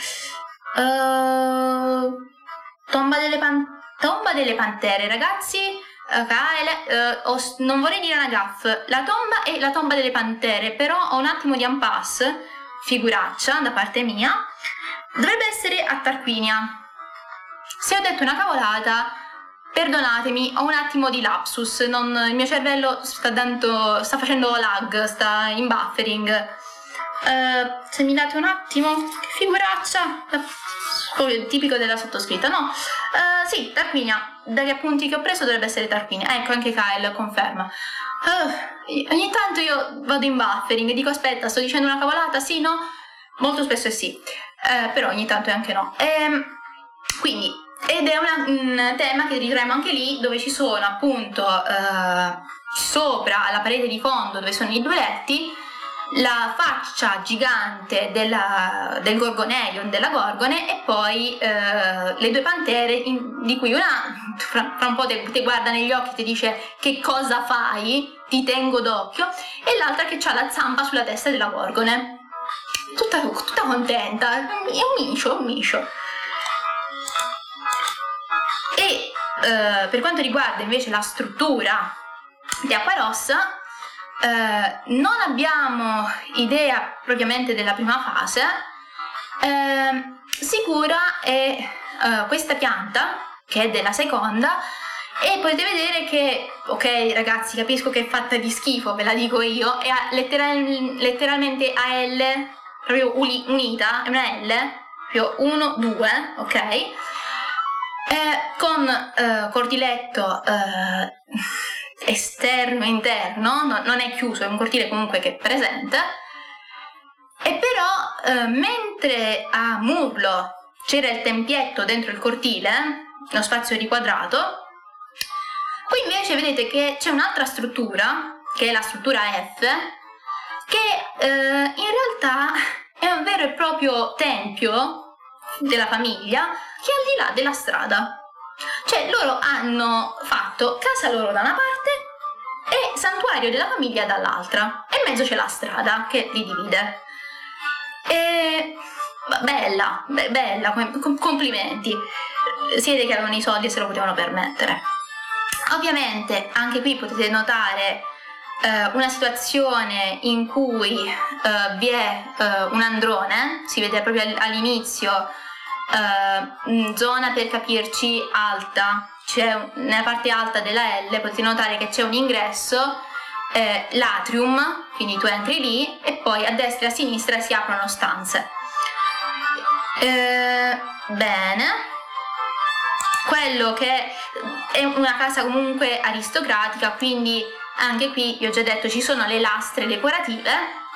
Uh, tomba, delle pan- tomba delle pantere, ragazzi. Uh, Kaele, uh, ho, non vorrei dire una gaffe. La tomba è la tomba delle pantere, però ho un attimo di impasse, figuraccia da parte mia. Dovrebbe essere a Tarquinia. Se ho detto una cavolata, perdonatemi, ho un attimo di lapsus, non, il mio cervello sta, dando, sta facendo lag, sta in buffering. Uh, se mi date un attimo, che figuraccia, proprio tipico della sottoscritta, no? Uh, sì, Tarquinia, dagli appunti che ho preso dovrebbe essere Tarquinia, ecco anche Kyle conferma. Uh, ogni tanto io vado in buffering e dico aspetta, sto dicendo una cavolata, sì, no? Molto spesso è sì, uh, però ogni tanto è anche no. E, quindi, ed è una, un tema che ritroviamo anche lì, dove ci sono appunto uh, sopra la parete di fondo dove sono i due letti la faccia gigante della, del Gorgoneion, della Gorgone, e poi eh, le due pantere in, di cui una fra, fra un po' ti guarda negli occhi e ti dice che cosa fai, ti tengo d'occhio, e l'altra che ha la zampa sulla testa della Gorgone, tutta, tutta contenta, è un micio, un micio. E eh, per quanto riguarda invece la struttura di Acquarossa, Uh, non abbiamo idea propriamente della prima fase. Uh, sicura è uh, questa pianta, che è della seconda, e potete vedere che, ok ragazzi, capisco che è fatta di schifo, ve la dico io, è a, letteral, letteralmente a L, proprio uli, unita, è una L, proprio uno, due, ok? Eh, con uh, cortiletto uh, esterno e interno, no, non è chiuso, è un cortile comunque che è presente, e però eh, mentre a Murlo c'era il tempietto dentro il cortile, uno spazio riquadrato, qui invece vedete che c'è un'altra struttura, che è la struttura F, che eh, in realtà è un vero e proprio tempio della famiglia che è al di là della strada. Cioè loro hanno fatto casa loro da una parte e santuario della famiglia dall'altra, e in mezzo c'è la strada che li divide. E bella, be- bella, complimenti, si vede che avevano i soldi e se lo potevano permettere. Ovviamente anche qui potete notare eh, una situazione in cui eh, vi è eh, un androne, si vede proprio all'inizio uh, zona, per capirci, alta, c'è un, nella parte alta della L potete notare che c'è un ingresso, eh, l'atrium, quindi tu entri lì e poi a destra e a sinistra si aprono stanze. Eh, bene, quello che è una casa comunque aristocratica, quindi anche qui vi ho già detto ci sono le lastre decorative,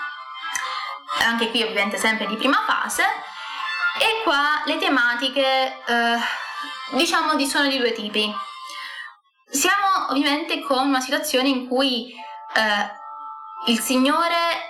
anche qui ovviamente sempre di prima fase, e qua le tematiche eh, diciamo di sono di due tipi. Siamo ovviamente con una situazione in cui eh, il signore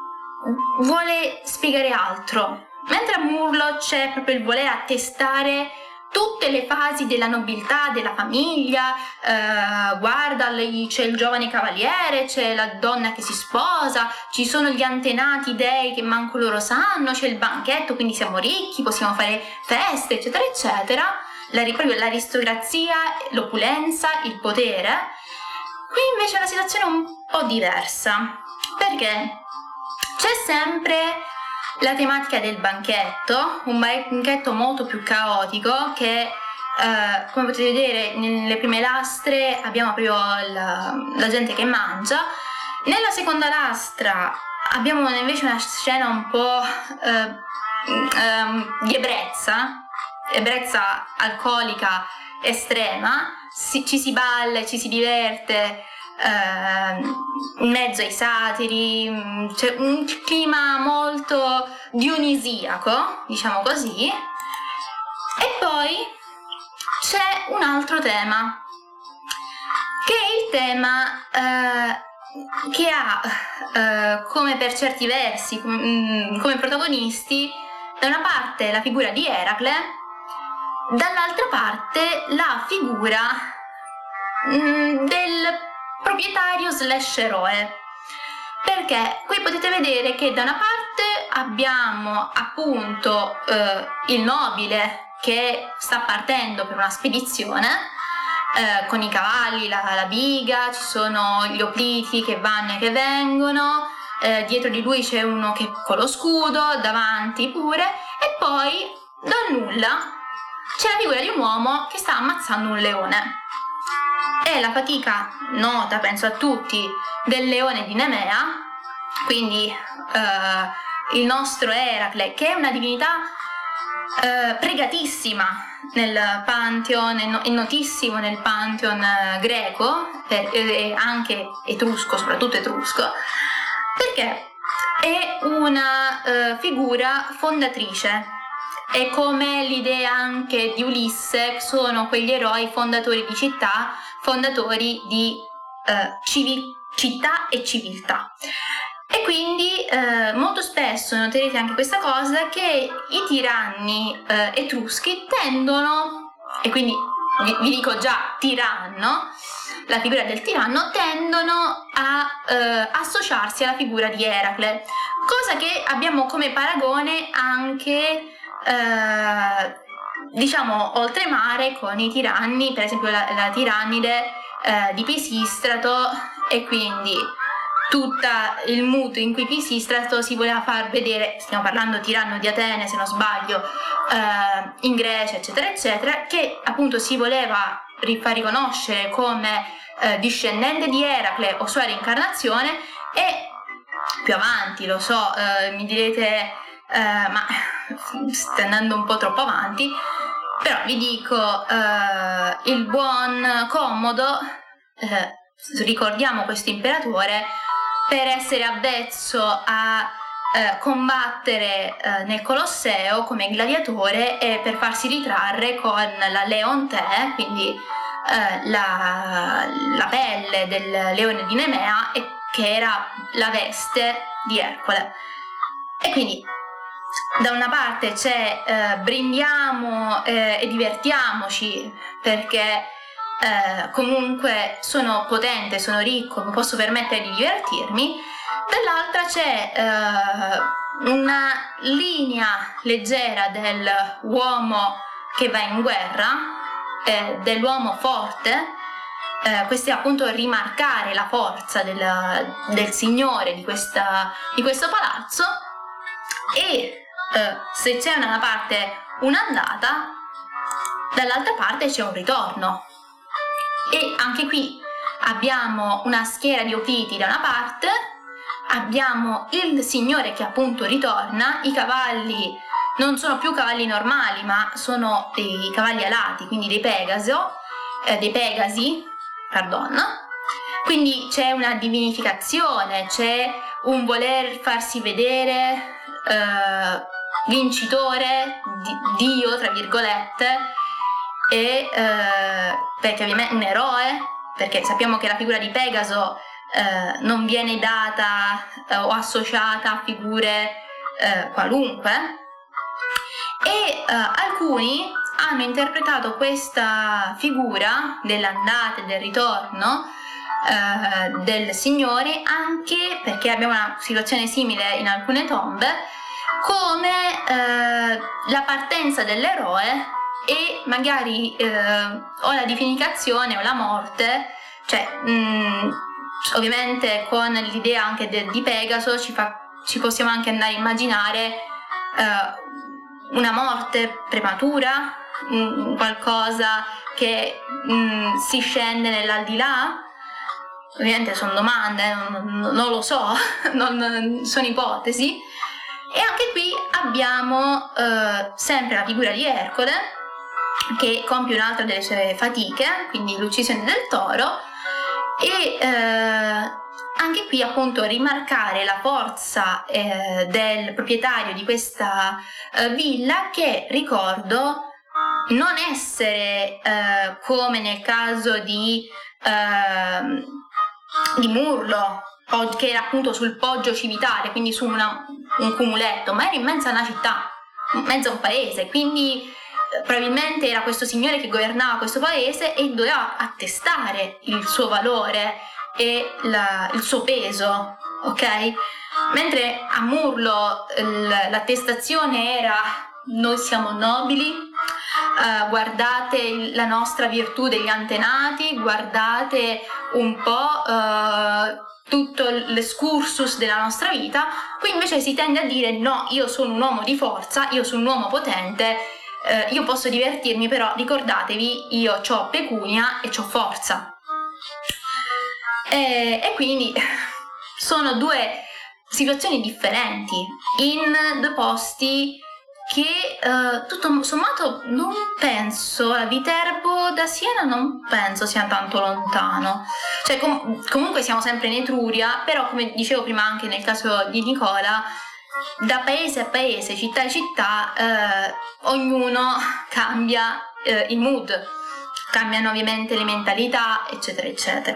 vuole spiegare altro, mentre a Murloc c'è proprio il voler attestare tutte le fasi della nobiltà, della famiglia, eh, guarda, lì c'è il giovane cavaliere, c'è la donna che si sposa, ci sono gli antenati dei che manco loro sanno, c'è il banchetto, quindi siamo ricchi, possiamo fare feste, eccetera, eccetera. La, proprio l'aristocrazia, l'opulenza, il potere. Qui invece è una situazione un po' diversa, perché c'è sempre la tematica del banchetto, un banchetto molto più caotico che, eh, come potete vedere nelle prime lastre abbiamo proprio la, la gente che mangia. Nella seconda lastra abbiamo invece una scena un po' eh, eh, di ebbrezza, ebbrezza alcolica estrema, si, ci si balla, ci si diverte, Uh, in mezzo ai satiri, c'è un clima molto dionisiaco, diciamo così. E poi c'è un altro tema, che è il tema uh, che ha uh, come per certi versi um, come protagonisti da una parte la figura di Eracle, dall'altra parte la figura um, del proprietario slash eroe, perché qui potete vedere che da una parte abbiamo appunto eh, il nobile che sta partendo per una spedizione eh, con i cavalli, la, la biga, ci sono gli opliti che vanno e che vengono, eh, dietro di lui c'è uno che con lo scudo, davanti pure, e poi dal nulla c'è la figura di un uomo che sta ammazzando un leone. È la fatica nota, penso a tutti, del leone di Nemea, quindi eh, il nostro Eracle, che è una divinità eh, pregatissima nel Pantheon, è notissimo nel Pantheon eh, greco e anche etrusco, soprattutto etrusco, perché è una eh, figura fondatrice. È come l'idea anche di Ulisse, sono quegli eroi fondatori di città, fondatori di eh, civi- città e civiltà. E quindi eh, molto spesso noterete anche questa cosa, che i tiranni eh, etruschi tendono, e quindi vi, vi dico già tiranno, la figura del tiranno, tendono a eh, associarsi alla figura di Eracle, cosa che abbiamo come paragone anche Uh, diciamo oltremare con i tiranni, per esempio la, la tirannide uh, di Pisistrato, e quindi tutto il mood in cui Pisistrato si voleva far vedere, stiamo parlando tiranno di Atene se non sbaglio, uh, in Grecia eccetera eccetera, che appunto si voleva far riconoscere come uh, discendente di Eracle o sua reincarnazione. E più avanti, lo so, uh, mi direte uh, ma stai andando un po' troppo avanti, però vi dico uh, il buon Commodo, uh, ricordiamo questo imperatore, per essere avvezzo a uh, combattere uh, nel Colosseo come gladiatore e per farsi ritrarre con la Leontè, quindi uh, la, la pelle del leone di Nemea, e che era la veste di Ercole. E quindi da una parte c'è eh, brindiamo eh, e divertiamoci perché eh, comunque sono potente, sono ricco, mi posso permettere di divertirmi, dall'altra c'è eh, una linea leggera dell'uomo che va in guerra, eh, dell'uomo forte, eh, questo è appunto rimarcare la forza del, del signore di, questa, di questo palazzo. E Uh, se c'è da una parte un'andata, dall'altra parte c'è un ritorno. E anche qui abbiamo una schiera di Opliti da una parte, abbiamo il signore che appunto ritorna, i cavalli non sono più cavalli normali ma sono dei cavalli alati, quindi dei Pegaso, eh, dei Pegasi, pardon. Quindi c'è una divinificazione, c'è un voler farsi vedere eh, vincitore, di, Dio tra virgolette, e eh, perché ovviamente un eroe, perché sappiamo che la figura di Pegaso eh, non viene data eh, o associata a figure eh, qualunque, e eh, alcuni hanno interpretato questa figura dell'andata e del ritorno eh, del Signore, anche perché abbiamo una situazione simile in alcune tombe, come eh, la partenza dell'eroe e magari eh, o la divinificazione o la morte, cioè mh, ovviamente con l'idea anche de, di Pegaso ci, fa, ci possiamo anche andare a immaginare eh, una morte prematura, mh, qualcosa che mh, si scende nell'aldilà. Ovviamente sono domande, non, non lo so, non, sono ipotesi. E anche qui abbiamo eh, sempre la figura di Ercole, che compie un'altra delle sue fatiche, quindi l'uccisione del toro, e eh, anche qui appunto rimarcare la forza eh, del proprietario di questa eh, villa, che ricordo non essere eh, come nel caso di, eh, di Murlo, che era appunto sul poggio civitale, quindi su una, un cumuletto, ma era in mezzo a una città, in mezzo a un paese, quindi probabilmente era questo signore che governava questo paese e doveva attestare il suo valore e la, il suo peso, ok? Mentre a Murlo l'attestazione era: noi siamo nobili, uh, guardate la nostra virtù degli antenati, guardate un po' uh, tutto l'escursus della nostra vita. Qui invece si tende a dire: no, io sono un uomo di forza, io sono un uomo potente, eh, io posso divertirmi, però ricordatevi, io ho pecunia e ho forza. E, e quindi sono due situazioni differenti in due posti che eh, tutto sommato non penso, a Viterbo da Siena non penso sia tanto lontano, cioè com- comunque siamo sempre in Etruria, però come dicevo prima anche nel caso di Nicola, da paese a paese, città a città, eh, ognuno cambia eh, il mood, cambiano ovviamente le mentalità, eccetera eccetera.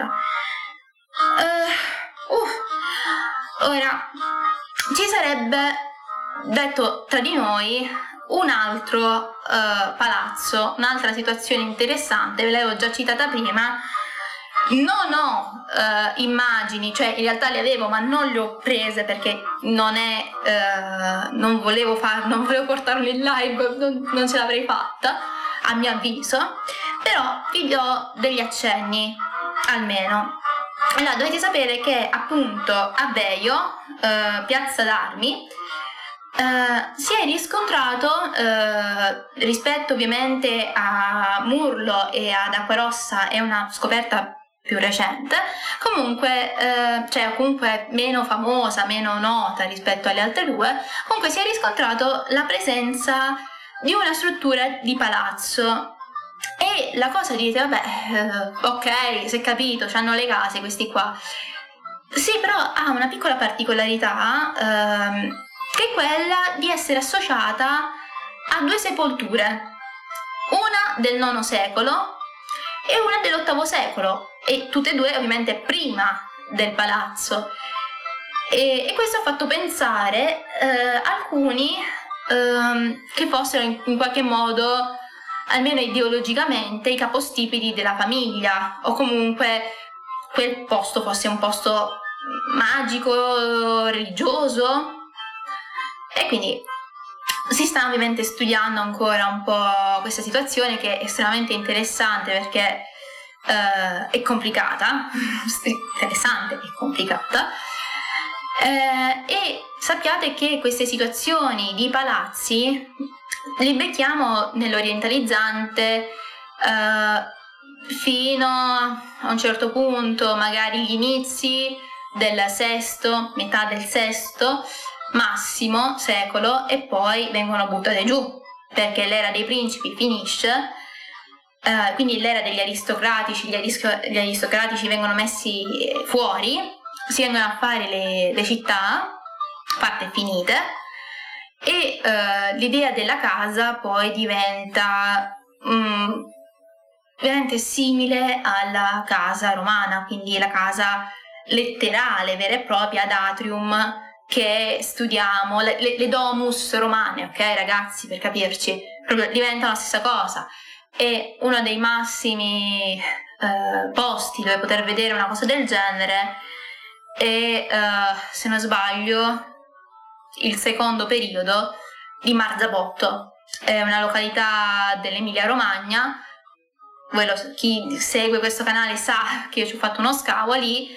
Uh, uh, ora ci sarebbe, detto tra di noi, un altro uh, palazzo, un'altra situazione interessante, ve l'avevo già citata prima. Non ho uh, immagini, cioè in realtà le avevo ma non le ho prese perché non è uh, non volevo far, non volevo portarle in live, non, non ce l'avrei fatta a mio avviso, però vi do degli accenni almeno. Allora, dovete sapere che appunto a Veio, uh, Piazza d'Armi, Uh, si è riscontrato uh, rispetto ovviamente a Murlo e ad Acquarossa, è una scoperta più recente, comunque uh, cioè comunque meno famosa, meno nota rispetto alle altre due. Comunque si è riscontrato la presenza di una struttura di palazzo, e la cosa dite vabbè uh, ok, si è capito, c'hanno le case questi qua, sì, però ha una piccola particolarità, uh, che è quella di essere associata a due sepolture, una del nono secolo e una dell'ottavo secolo, e tutte e due ovviamente prima del palazzo, e, e questo ha fatto pensare eh, alcuni eh, che fossero in, in qualche modo, almeno ideologicamente, i capostipiti della famiglia, o comunque quel posto fosse un posto magico, religioso. E quindi si sta ovviamente studiando ancora un po' questa situazione, che è estremamente interessante perché eh, è complicata, interessante e complicata, eh, e sappiate che queste situazioni di palazzi li becchiamo nell'orientalizzante uh, fino a un certo punto, magari gli inizi del sesto, metà del sesto, massimo secolo, e poi vengono buttate giù, perché l'era dei principi finisce, uh, quindi l'era degli aristocratici, gli, arisco- gli aristocratici vengono messi fuori, si vengono a fare le, le città, fatte e finite, e uh, l'idea della casa poi diventa um, veramente simile alla casa romana, quindi la casa letterale, vera e propria, ad atrium, che studiamo, le, le, le domus romane, ok ragazzi, per capirci, proprio diventa la stessa cosa. E uno dei massimi uh, posti dove poter vedere una cosa del genere è, uh, se non sbaglio, il secondo periodo di Marzabotto, è una località dell'Emilia Romagna. Voi lo, chi segue questo canale sa che io ci ho fatto uno scavo lì,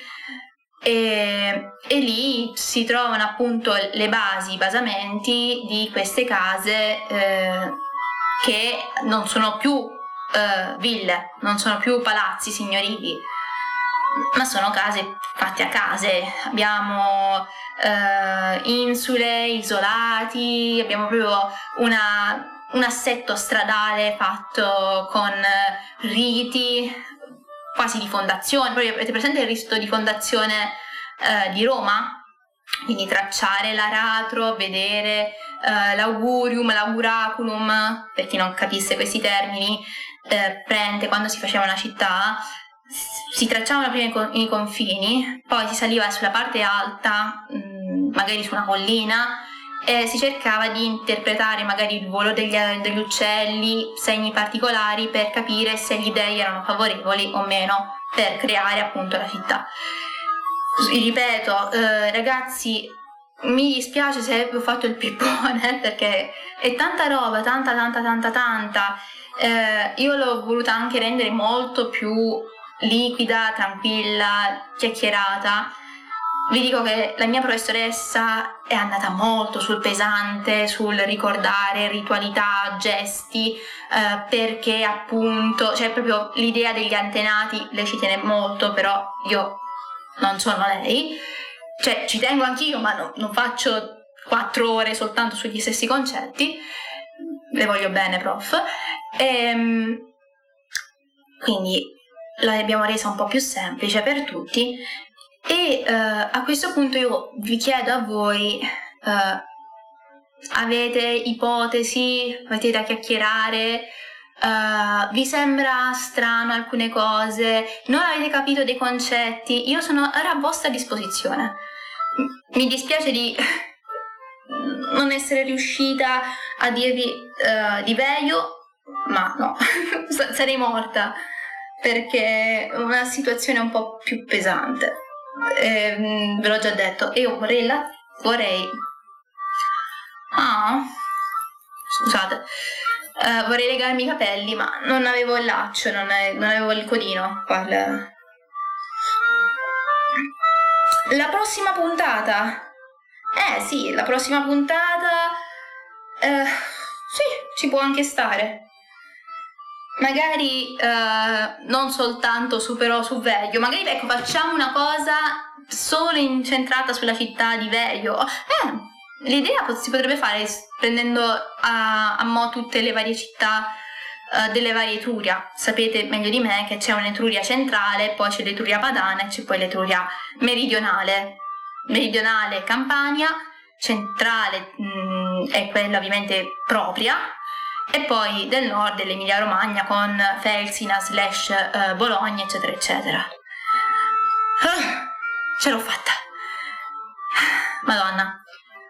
e, e lì si trovano appunto le basi, i basamenti di queste case eh, che non sono più eh, ville, non sono più palazzi signorili, ma sono case fatte a case. Abbiamo eh, insule, isolati, abbiamo proprio una, un assetto stradale fatto con riti quasi di fondazione. Poi avete presente il rito di fondazione eh, di Roma? Quindi tracciare l'aratro, vedere eh, l'augurium, l'auguraculum, per chi non capisse questi termini, eh, prende quando si faceva una città, si tracciavano prima i confini, poi si saliva sulla parte alta, mh, magari su una collina, e si cercava di interpretare magari il volo degli, degli uccelli, segni particolari, per capire se gli dei erano favorevoli o meno per creare appunto la città. Ripeto, eh, ragazzi, mi dispiace se ho fatto il pippone, perché è tanta roba, tanta tanta tanta tanta. Eh, io l'ho voluta anche rendere molto più liquida, tranquilla, chiacchierata. Vi dico che la mia professoressa è andata molto sul pesante, sul ricordare ritualità, gesti, eh, perché appunto, cioè proprio l'idea degli antenati, lei ci tiene molto, però io non sono lei, cioè ci tengo anch'io, ma no, non faccio quattro ore soltanto sugli stessi concetti, le voglio bene, prof. E, quindi l'abbiamo resa un po' più semplice per tutti. E uh, a questo punto io vi chiedo a voi, uh, avete ipotesi, avete da chiacchierare, uh, vi sembra strano alcune cose, non avete capito dei concetti, io sono ora a vostra disposizione. Mi dispiace di non essere riuscita a dirvi uh, di Veio, ma no, sarei morta, perché è una situazione un po' più pesante. Eh, ve l'ho già detto, io vorrei la vorrei ah scusate eh, vorrei legarmi i capelli, ma non avevo il laccio, non, è, non avevo il codino qua. La prossima puntata eh sì la prossima puntata eh, sì, ci può anche stare. Magari eh, non soltanto su però su Veio, magari ecco facciamo una cosa solo incentrata sulla città di Veio. Eh, l'idea si potrebbe fare prendendo a, a mo' tutte le varie città eh, delle varie Etruria. Sapete meglio di me che c'è un'Etruria centrale, poi c'è l'Etruria padana e c'è poi l'Etruria meridionale. Meridionale Campania, centrale mh, è quella ovviamente propria, e poi del nord dell'Emilia Romagna con Felsina slash eh, Bologna, eccetera eccetera. Ah, ce l'ho fatta, madonna.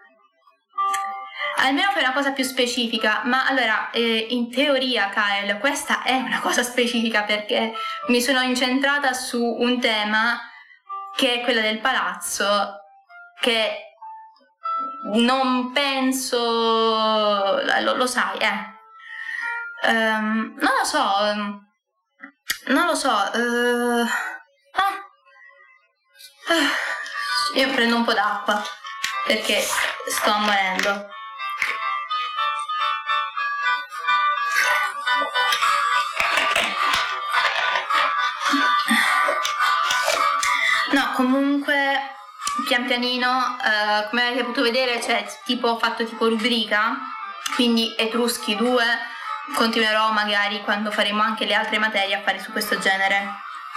Almeno fai una cosa più specifica. Ma allora eh, in teoria, Kyle, questa è una cosa specifica, perché mi sono incentrata su un tema che è quello del palazzo, che non penso lo, lo sai eh Um, non lo so, um, non lo so. Uh, ah, uh, io prendo un po' d'acqua perché sto morendo. comunque pian pianino, uh, come avete potuto vedere, c'è tipo ho fatto tipo rubrica, quindi Etruschi due, continuerò magari quando faremo anche le altre materie a fare su questo genere.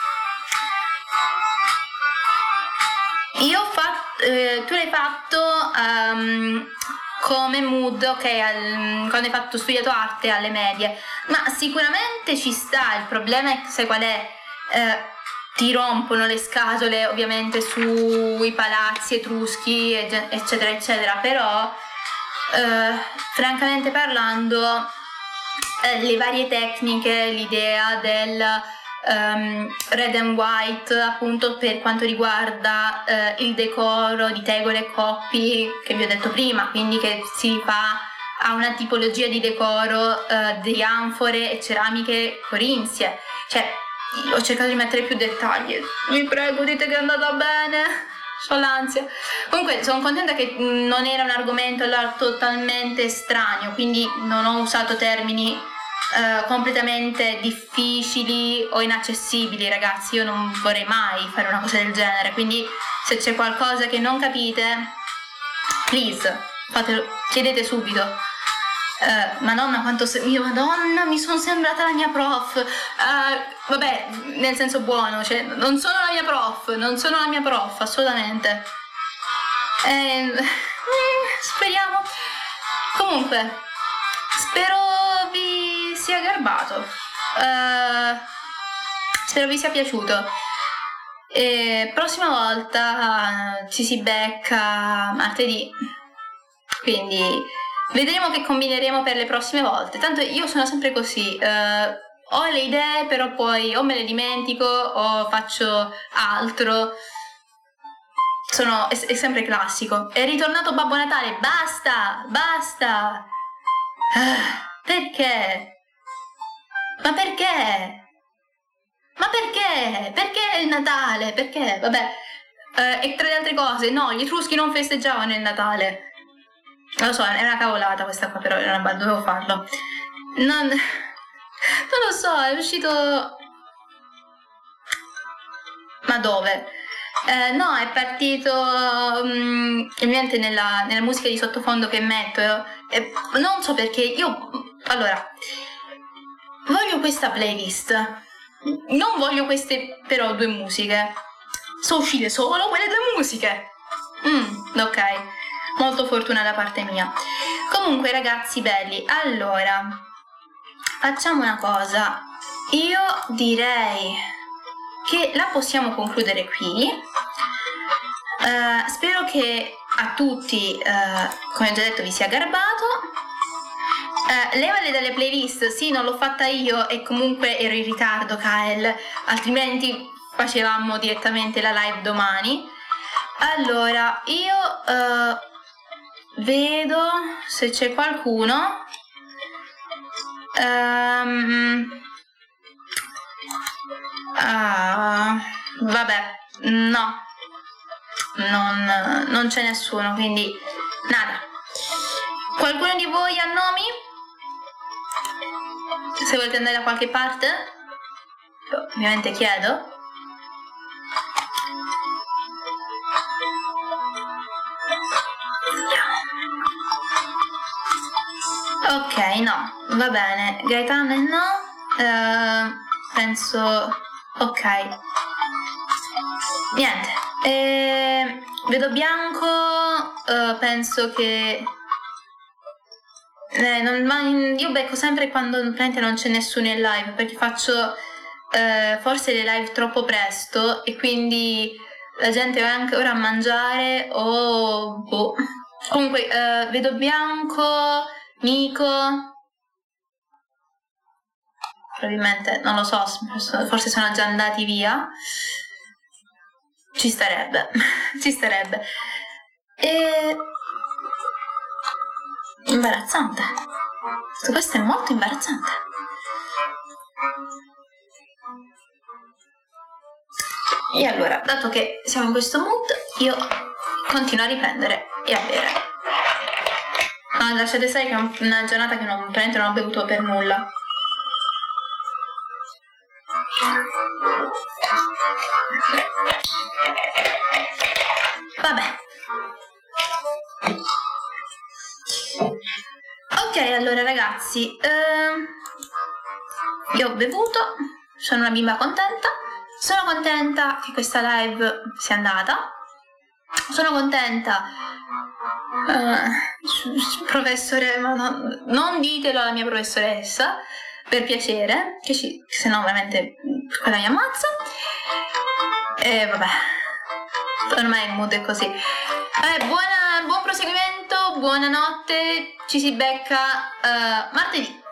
Io ho fatto, eh, tu l'hai fatto um, come mood, ok, al, quando hai fatto studiato arte alle medie, ma sicuramente ci sta. Il problema è, sai qual è? Eh, ti rompono le scatole ovviamente sui palazzi etruschi eccetera eccetera, però eh, francamente parlando eh, le varie tecniche, l'idea del um, red and white appunto per quanto riguarda eh, il decoro di tegole e coppi che vi ho detto prima, quindi che si fa a una tipologia di decoro eh, di anfore e ceramiche corinzie, cioè ho cercato di mettere più dettagli, vi prego dite che è andata bene, ho l'ansia. Comunque sono contenta che non era un argomento allora totalmente estraneo, quindi non ho usato termini eh, completamente difficili o inaccessibili, ragazzi. Io non vorrei mai fare una cosa del genere, quindi se c'è qualcosa che non capite, please fatelo, chiedete subito. Uh, madonna quanto se- io madonna mi sono sembrata la mia prof, uh, vabbè nel senso buono, cioè non sono la mia prof, non sono la mia prof assolutamente, eh, speriamo. Comunque spero vi sia garbato, uh, spero vi sia piaciuto e prossima volta uh, ci si becca martedì, quindi vedremo che combineremo per le prossime volte. Tanto io sono sempre così, eh, ho le idee però poi o me le dimentico o faccio altro. Sono, è, è sempre classico. È ritornato Babbo Natale, basta, basta. Ah, perché? Ma perché? Ma perché? Perché è il Natale? Perché? Vabbè, eh, e tra le altre cose, no, gli Etruschi non festeggiavano il Natale. Non lo so, è una cavolata questa qua, però era una, dovevo farlo. Non, non lo so, è uscito... Ma dove? Eh, no, è partito um, ovviamente nella, nella musica di sottofondo che metto. Eh, non so perché io... Allora, voglio questa playlist. Non voglio queste però due musiche. Sono uscite solo quelle due musiche. Mm, ok. Molto fortuna da parte mia. Comunque ragazzi belli, allora facciamo una cosa, io direi che la possiamo concludere qui. Uh, spero che a tutti, uh, come ho già detto, vi sia garbato. Uh, levale dalle playlist, sì, non l'ho fatta io e comunque ero in ritardo, Kael, altrimenti facevamo direttamente la live domani. Allora io uh, vedo se c'è qualcuno. Um, ah, vabbè, no, non, non c'è nessuno, quindi nada. Qualcuno di voi ha nomi? Se volete andare da qualche parte? Ovviamente chiedo. Ok, no, va bene. Gaetano no. Uh, penso... Ok. Niente. Eh, vedo bianco. Uh, penso che... Eh, non, ma io becco sempre quando praticamente non c'è nessuno in live, perché faccio eh, forse le live troppo presto e quindi la gente va anche ora a mangiare o... boh. Comunque, eh, vedo bianco... Nico, probabilmente, non lo so, forse sono già andati via, ci starebbe, ci starebbe. E... imbarazzante, questo è molto imbarazzante. E allora, dato che siamo in questo mood, io continuo a riprendere e a bere. No, lasciate stare che è una giornata che non, non ho bevuto per nulla. Vabbè. Ok, allora ragazzi, ehm, io ho bevuto, sono una bimba contenta, sono contenta che questa live sia andata, sono contenta, eh, professore, ma no, non ditelo alla mia professoressa, per piacere, che ci, se no veramente quella mi ammazza, e vabbè, ormai il mood è così. Eh, buona, buon proseguimento, buonanotte, ci si becca uh, martedì.